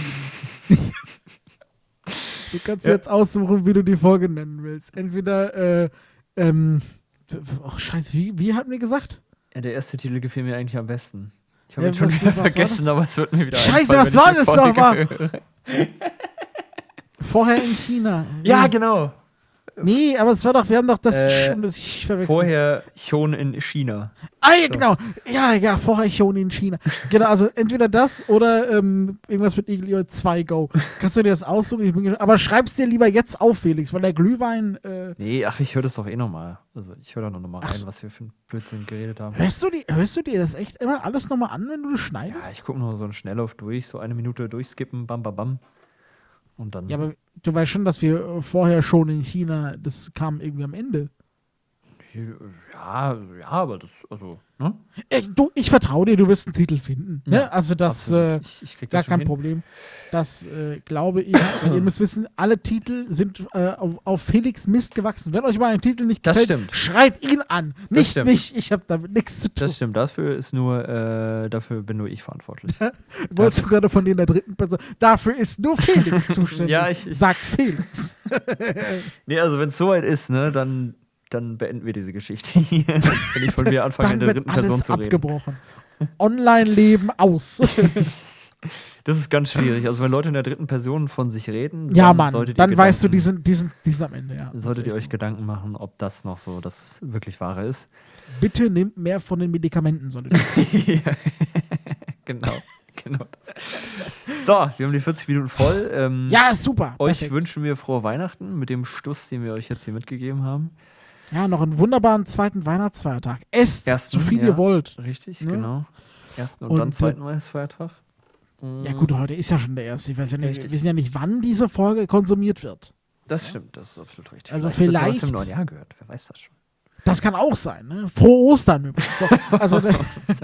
S3: Du kannst
S2: Ja.
S3: jetzt aussuchen, wie du die Folge nennen willst. Entweder, äh, ähm, ach, scheiße, wie, wie hatten wir gesagt?
S2: Ja, der erste Titel gefiel mir eigentlich am besten. Ich habe
S3: Ja,
S2: ihn schon
S3: was-
S2: wieder
S3: was war
S2: vergessen,
S3: das?
S2: aber es wird mir wieder
S3: Scheiße,
S2: einfallen,
S3: was
S2: wenn
S3: war
S2: ich die
S3: das
S2: Folge
S3: nochmal?
S2: höre.
S3: vorher in China.
S2: Ja,
S3: Nee.
S2: genau.
S3: Nee, aber es war doch, wir haben doch das
S2: Äh,
S3: schon, das ich verwechselt.
S2: Vorher schon in China.
S3: Ah, ja, genau. Ja, ja, vorher schon in China. Genau, also entweder das oder ähm, irgendwas mit Eagle Eye zwei Go. Kannst du dir das aussuchen? Ich bin gespannt. Aber schreib's dir lieber jetzt auf, Felix, weil der Glühwein. Äh,
S2: Nee, ach, ich höre das doch eh nochmal. Also ich höre da noch mal
S3: Ach
S2: rein,
S3: so.
S2: was wir für einen Blödsinn geredet haben.
S3: hörst, du die, hörst du dir das echt immer alles nochmal an, wenn du das
S2: Ja,
S3: schneidest?
S2: ich gucke noch so einen Schnelllauf durch, so eine Minute durchskippen, bam, bam, bam. Und dann.
S3: Ja, aber du weißt schon, dass wir äh, vorher schon in China, das kam irgendwie am Ende.
S2: Ja, ja, aber das, also, ne?
S3: Äh, du, ich vertraue dir, du wirst einen Titel finden. Ne?
S2: Ja,
S3: Also das,
S2: Absolut.
S3: äh,
S2: ich, ich krieg
S3: gar
S2: das schon
S3: kein
S2: hin.
S3: Problem. Das äh, glaube ich. Ihr müsst wissen, alle Titel sind äh, auf, auf Felix Mist gewachsen. Wenn euch mal ein Titel nicht
S2: Das
S3: gefällt,
S2: stimmt.
S3: schreit ihn an. Nicht
S2: stimmt.
S3: mich. Ich habe damit nichts zu tun.
S2: Das stimmt, dafür ist nur, äh, dafür bin nur ich verantwortlich.
S3: Wolltest du gerade von dir in der dritten Person? Dafür ist nur Felix zuständig.
S2: Ja, ich- ich-
S3: sagt Felix.
S2: Nee, also wenn es soweit ist, ne, dann, dann beenden wir diese Geschichte hier. Wenn ich von mir anfange,
S3: Dann
S2: in der
S3: wird
S2: dritten Person
S3: alles
S2: zu reden.
S3: abgebrochen. Online-Leben aus.
S2: Das ist ganz schwierig. Also wenn Leute in der dritten Person von sich reden,
S3: ja,
S2: dann
S3: Mann.
S2: solltet ihr
S3: Dann weißt du,
S2: Gedanken-
S3: die sind, die, sind, die sind am Ende. Ja. Das
S2: solltet
S3: ist
S2: ihr
S3: echt
S2: euch Gedanken machen, ob das noch so das wirklich Wahre ist.
S3: so. Bitte nehmt mehr von den Medikamenten. Solltet ihr.
S2: Ja. Genau, genau das. So, wir haben die vierzig Minuten voll. Ähm,
S3: Ja, super.
S2: euch
S3: Perfekt.
S2: wünschen wir frohe Weihnachten mit dem Stuss, den wir euch jetzt hier mitgegeben haben.
S3: Ja, noch einen wunderbaren zweiten Weihnachtsfeiertag. Esst,
S2: Ersten,
S3: so viel
S2: ja.
S3: ihr wollt.
S2: Richtig,
S3: Ne?
S2: genau. Ersten und,
S3: Und,
S2: dann
S3: äh,
S2: zweiten Weihnachtsfeiertag.
S3: Ja gut, heute ist ja schon der erste. Ich weiß ja nicht,
S2: Richtig.
S3: wir wissen ja nicht, wann diese Folge konsumiert wird.
S2: Das stimmt, das ist absolut richtig.
S3: Also
S2: wird ihr was
S3: vielleicht-
S2: im neuen Jahr gehört, wer weiß das schon.
S3: Das kann auch sein, ne? Frohe Ostern übrigens. So, also, ne,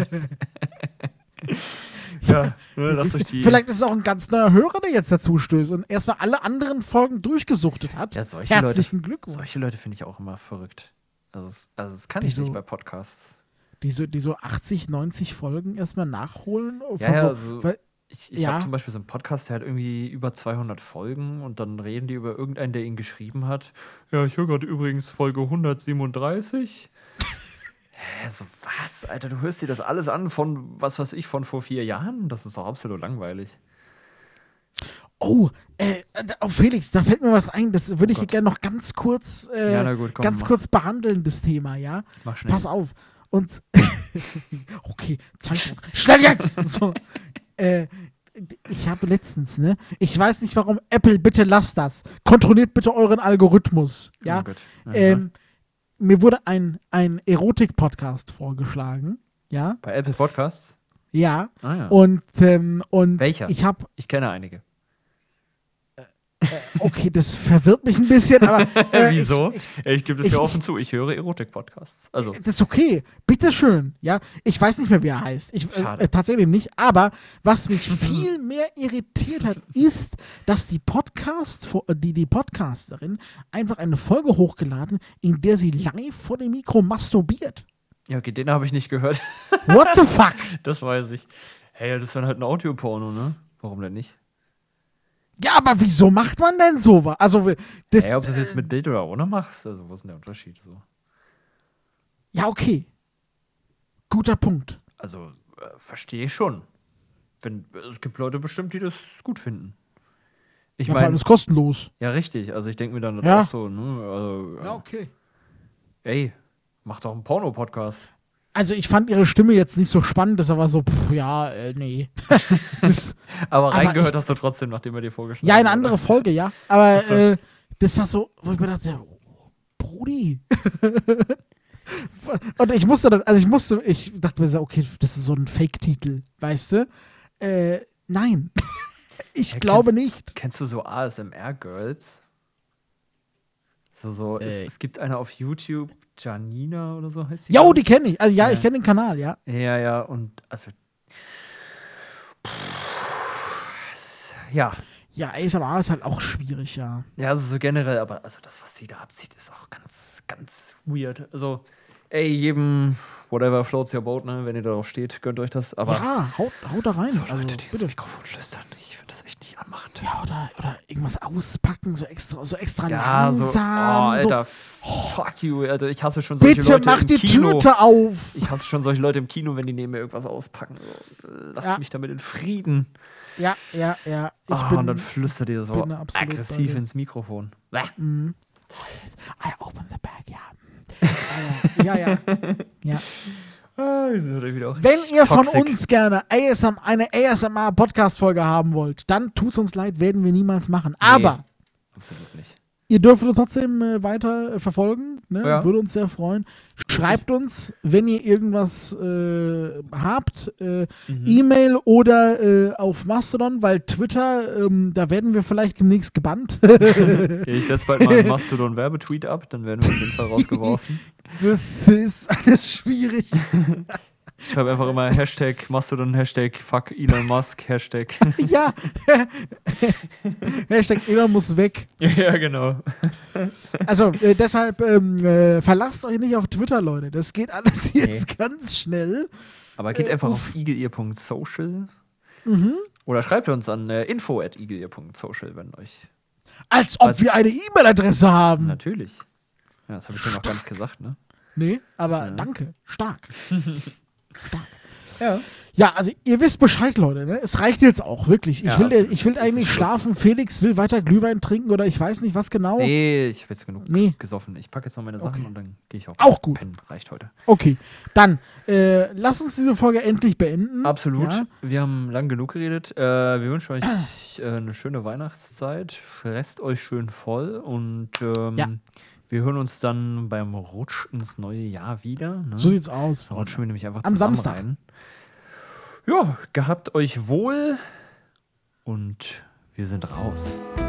S2: Ja, ne, lasst euch
S3: ist,
S2: die.
S3: vielleicht ist es auch ein ganz neuer Hörer, der jetzt dazu stößt und erstmal alle anderen Folgen durchgesuchtet hat.
S2: Ja, solche
S3: Herzlichen
S2: Leute,
S3: Glückwunsch.
S2: solche Leute finde ich auch immer verrückt. Also, es- also das kann
S3: Die
S2: ich
S3: so-
S2: nicht bei Podcasts.
S3: Die so, die so achtzig, neunzig Folgen erstmal nachholen. Von
S2: Ja, ja,
S3: so,
S2: also-
S3: weil,
S2: Ich, ich
S3: Ja.
S2: habe zum Beispiel so einen Podcast, der hat irgendwie über zweihundert Folgen und dann reden die über irgendeinen, der ihn geschrieben hat. Ja, ich höre gerade übrigens Folge hundertsiebenunddreißig. Hä, so was, Alter, du hörst dir das alles an von, was weiß ich, von vor vier Jahren? Das ist doch absolut langweilig.
S3: oh, äh, oh, Felix, da fällt mir was ein. Das würde ich
S2: Oh Gott.
S3: gerne noch ganz kurz, äh,
S2: Ja, na gut, komm,
S3: ganz
S2: mach.
S3: kurz behandeln, das Thema, ja?
S2: Mach schnell.
S3: Pass auf. Und okay, Zeichnung. Schnell jetzt! So, äh, ich habe letztens, ne? Ich weiß nicht warum. Apple, bitte lasst das. Kontrolliert bitte euren Algorithmus. Ja.
S2: Oh Gott. Ja,
S3: ähm, mir wurde ein, ein Erotik-Podcast vorgeschlagen. Ja.
S2: bei Apple Podcasts?
S3: Ja.
S2: Ah ja.
S3: Und, ähm, und
S2: Welcher?
S3: ich habe,
S2: Ich kenne einige.
S3: okay, das verwirrt mich ein bisschen, aber. Äh,
S2: Wieso?
S3: Ich, ich,
S2: Ich, gebe das
S3: ich-
S2: ja
S3: ich-
S2: offen zu. Ich höre Erotik-Podcasts. Also,
S3: Das ist okay. Bitteschön. Ja, ich weiß nicht mehr, wie er heißt. Ich, äh,
S2: Schade.
S3: äh, tatsächlich nicht. Aber was mich viel mehr irritiert hat, ist, dass die Podcast, die, die Podcasterin einfach eine Folge hochgeladen, in der sie live vor dem Mikro masturbiert.
S2: ja, okay, den habe ich nicht gehört.
S3: What the fuck?
S2: Das weiß ich. Hey, das ist dann halt ein Audioporno, ne? Warum denn nicht?
S3: Ja, aber wieso macht man denn sowas? Also, das,
S2: Hey, ob du das jetzt mit Bild oder ohne machst, also wo ist denn der Unterschied? So?
S3: ja, okay. Guter Punkt.
S2: Also, äh, verstehe ich schon. Wenn, es gibt Leute bestimmt, die das gut finden. Ich
S3: Ja, vor allem
S2: meine,
S3: ist kostenlos.
S2: ja, richtig. Also, ich denke mir dann das
S3: Ja.
S2: auch so, ne? Also, ja.
S3: okay.
S2: Ey, mach doch einen Porno-Podcast.
S3: Also, ich fand ihre Stimme jetzt nicht so spannend, das war so, pff, ja, äh, nee. das,
S2: Aber
S3: Aber
S2: reingehört
S3: ich-
S2: hast du trotzdem, nachdem er dir vorgeschlagen
S3: Ja, eine
S2: wurde.
S3: andere Folge, ja. Aber
S2: Ach so.
S3: äh, das war so, wo ich mir dachte, oh, Brudi. Und ich musste dann, also ich musste, ich dachte mir so, okay, das ist so ein Fake-Titel, weißt du? Äh, nein. ich
S2: Ja,
S3: glaube
S2: kennst-
S3: nicht.
S2: Kennst du so A S M R-Girls? So, so,
S3: Äh.
S2: es, es gibt eine auf YouTube, Janina oder so heißt sie.
S3: Jo,
S2: glaub
S3: die
S2: ich.
S3: kenne ich. Also ja,
S2: Ja.
S3: ich kenne den Kanal, ja.
S2: Ja, ja, und also. Ja,
S3: Ja, A S M R ist halt auch schwierig, ja.
S2: ja, also so generell, aber also das, was sie da abzieht, ist auch ganz, ganz weird. Also, ey, jedem, whatever floats your boat, ne, wenn ihr darauf steht, gönnt euch das. Aber
S3: ja, haut, haut da rein.
S2: so
S3: also,
S2: Leute, die ins
S3: bitte.
S2: Mikrofon flüstern, ich finde das echt nicht an. machen.
S3: Ja, oder, oder irgendwas auspacken, so extra, so extra
S2: Ja, so, oh,
S3: langsam.
S2: Alter, fuck you, Alter, ich hasse schon solche
S3: Bitte
S2: Leute
S3: mach
S2: im
S3: die
S2: Kino.
S3: Tüte auf.
S2: Ich hasse schon solche Leute im Kino, wenn die neben mir irgendwas auspacken. So, lasst
S3: Ja.
S2: mich damit in Frieden.
S3: Ja, ja, ja. Ich
S2: Oh,
S3: bin,
S2: und dann flüstert ihr so
S3: bin da absolut bei
S2: aggressiv
S3: dir.
S2: ins Mikrofon. Bäh.
S3: Mhm. I open the bag, ja. ja, ja. ja.
S2: Ah, wir sind heute wieder auch
S3: Wenn ihr von
S2: toxic.
S3: uns gerne A S M, eine A S M R-Podcast-Folge haben wollt, dann tut's uns leid, werden wir niemals machen. Aber
S2: Absolut nicht.
S3: ihr dürft uns trotzdem äh, weiter äh, verfolgen. Ne?
S2: Ja.
S3: Würde uns sehr freuen. Schreibt uns, wenn ihr irgendwas äh, habt. Äh,
S2: Mhm.
S3: E-Mail oder äh, auf Mastodon, weil Twitter, ähm, da werden wir vielleicht demnächst gebannt.
S2: Ich setze bald mal einen Mastodon-Werbetweet ab, dann werden wir auf jeden Fall rausgeworfen.
S3: Das ist alles schwierig.
S2: Ich schreibe einfach immer Hashtag Mastodon, Hashtag Fuck Elon Musk, Hashtag.
S3: Ja. Hashtag Elon muss weg.
S2: Ja, genau.
S3: Also äh, deshalb ähm, äh, verlasst euch nicht auf Twitter, Leute. Das geht alles jetzt ganz schnell.
S2: Aber geht
S3: Äh,
S2: einfach
S3: uff.
S2: auf eagleear punkt social
S3: Mhm.
S2: oder schreibt uns an äh, info at eagleear punkt social, wenn euch.
S3: Als ob
S2: Also-
S3: wir eine E-Mail-Adresse haben.
S2: Natürlich. Ja, das habe ich dir noch gar nicht gesagt, ne?
S3: Nee, aber
S2: Ja.
S3: danke. Stark. Stark.
S2: Ja.
S3: Ja, also ihr wisst Bescheid, Leute. Ne? Es reicht jetzt auch, wirklich. Ich
S2: Ja,
S3: will,
S2: absolut.
S3: ich will
S2: Es
S3: eigentlich
S2: ist Schluss.
S3: schlafen. Felix will weiter Glühwein trinken oder ich weiß nicht, was genau.
S2: Nee, ich habe jetzt genug
S3: Nee.
S2: gesoffen. Ich packe jetzt noch meine Sachen
S3: Okay.
S2: und dann gehe ich auch.
S3: Auch gut.
S2: Pennen. Reicht heute.
S3: Okay, dann äh, lass uns diese Folge endlich beenden.
S2: Absolut.
S3: Ja?
S2: Wir haben lang genug geredet. Äh, wir wünschen euch äh, eine schöne Weihnachtszeit. Fresst euch schön voll und ähm,
S3: Ja.
S2: wir hören uns dann beim Rutsch ins neue Jahr wieder. Ne?
S3: So sieht's aus.
S2: Da
S3: Freunde.
S2: rutschen wir nämlich einfach
S3: Am
S2: zusammen
S3: Samstag.
S2: rein. Ja, gehabt euch wohl und wir sind raus.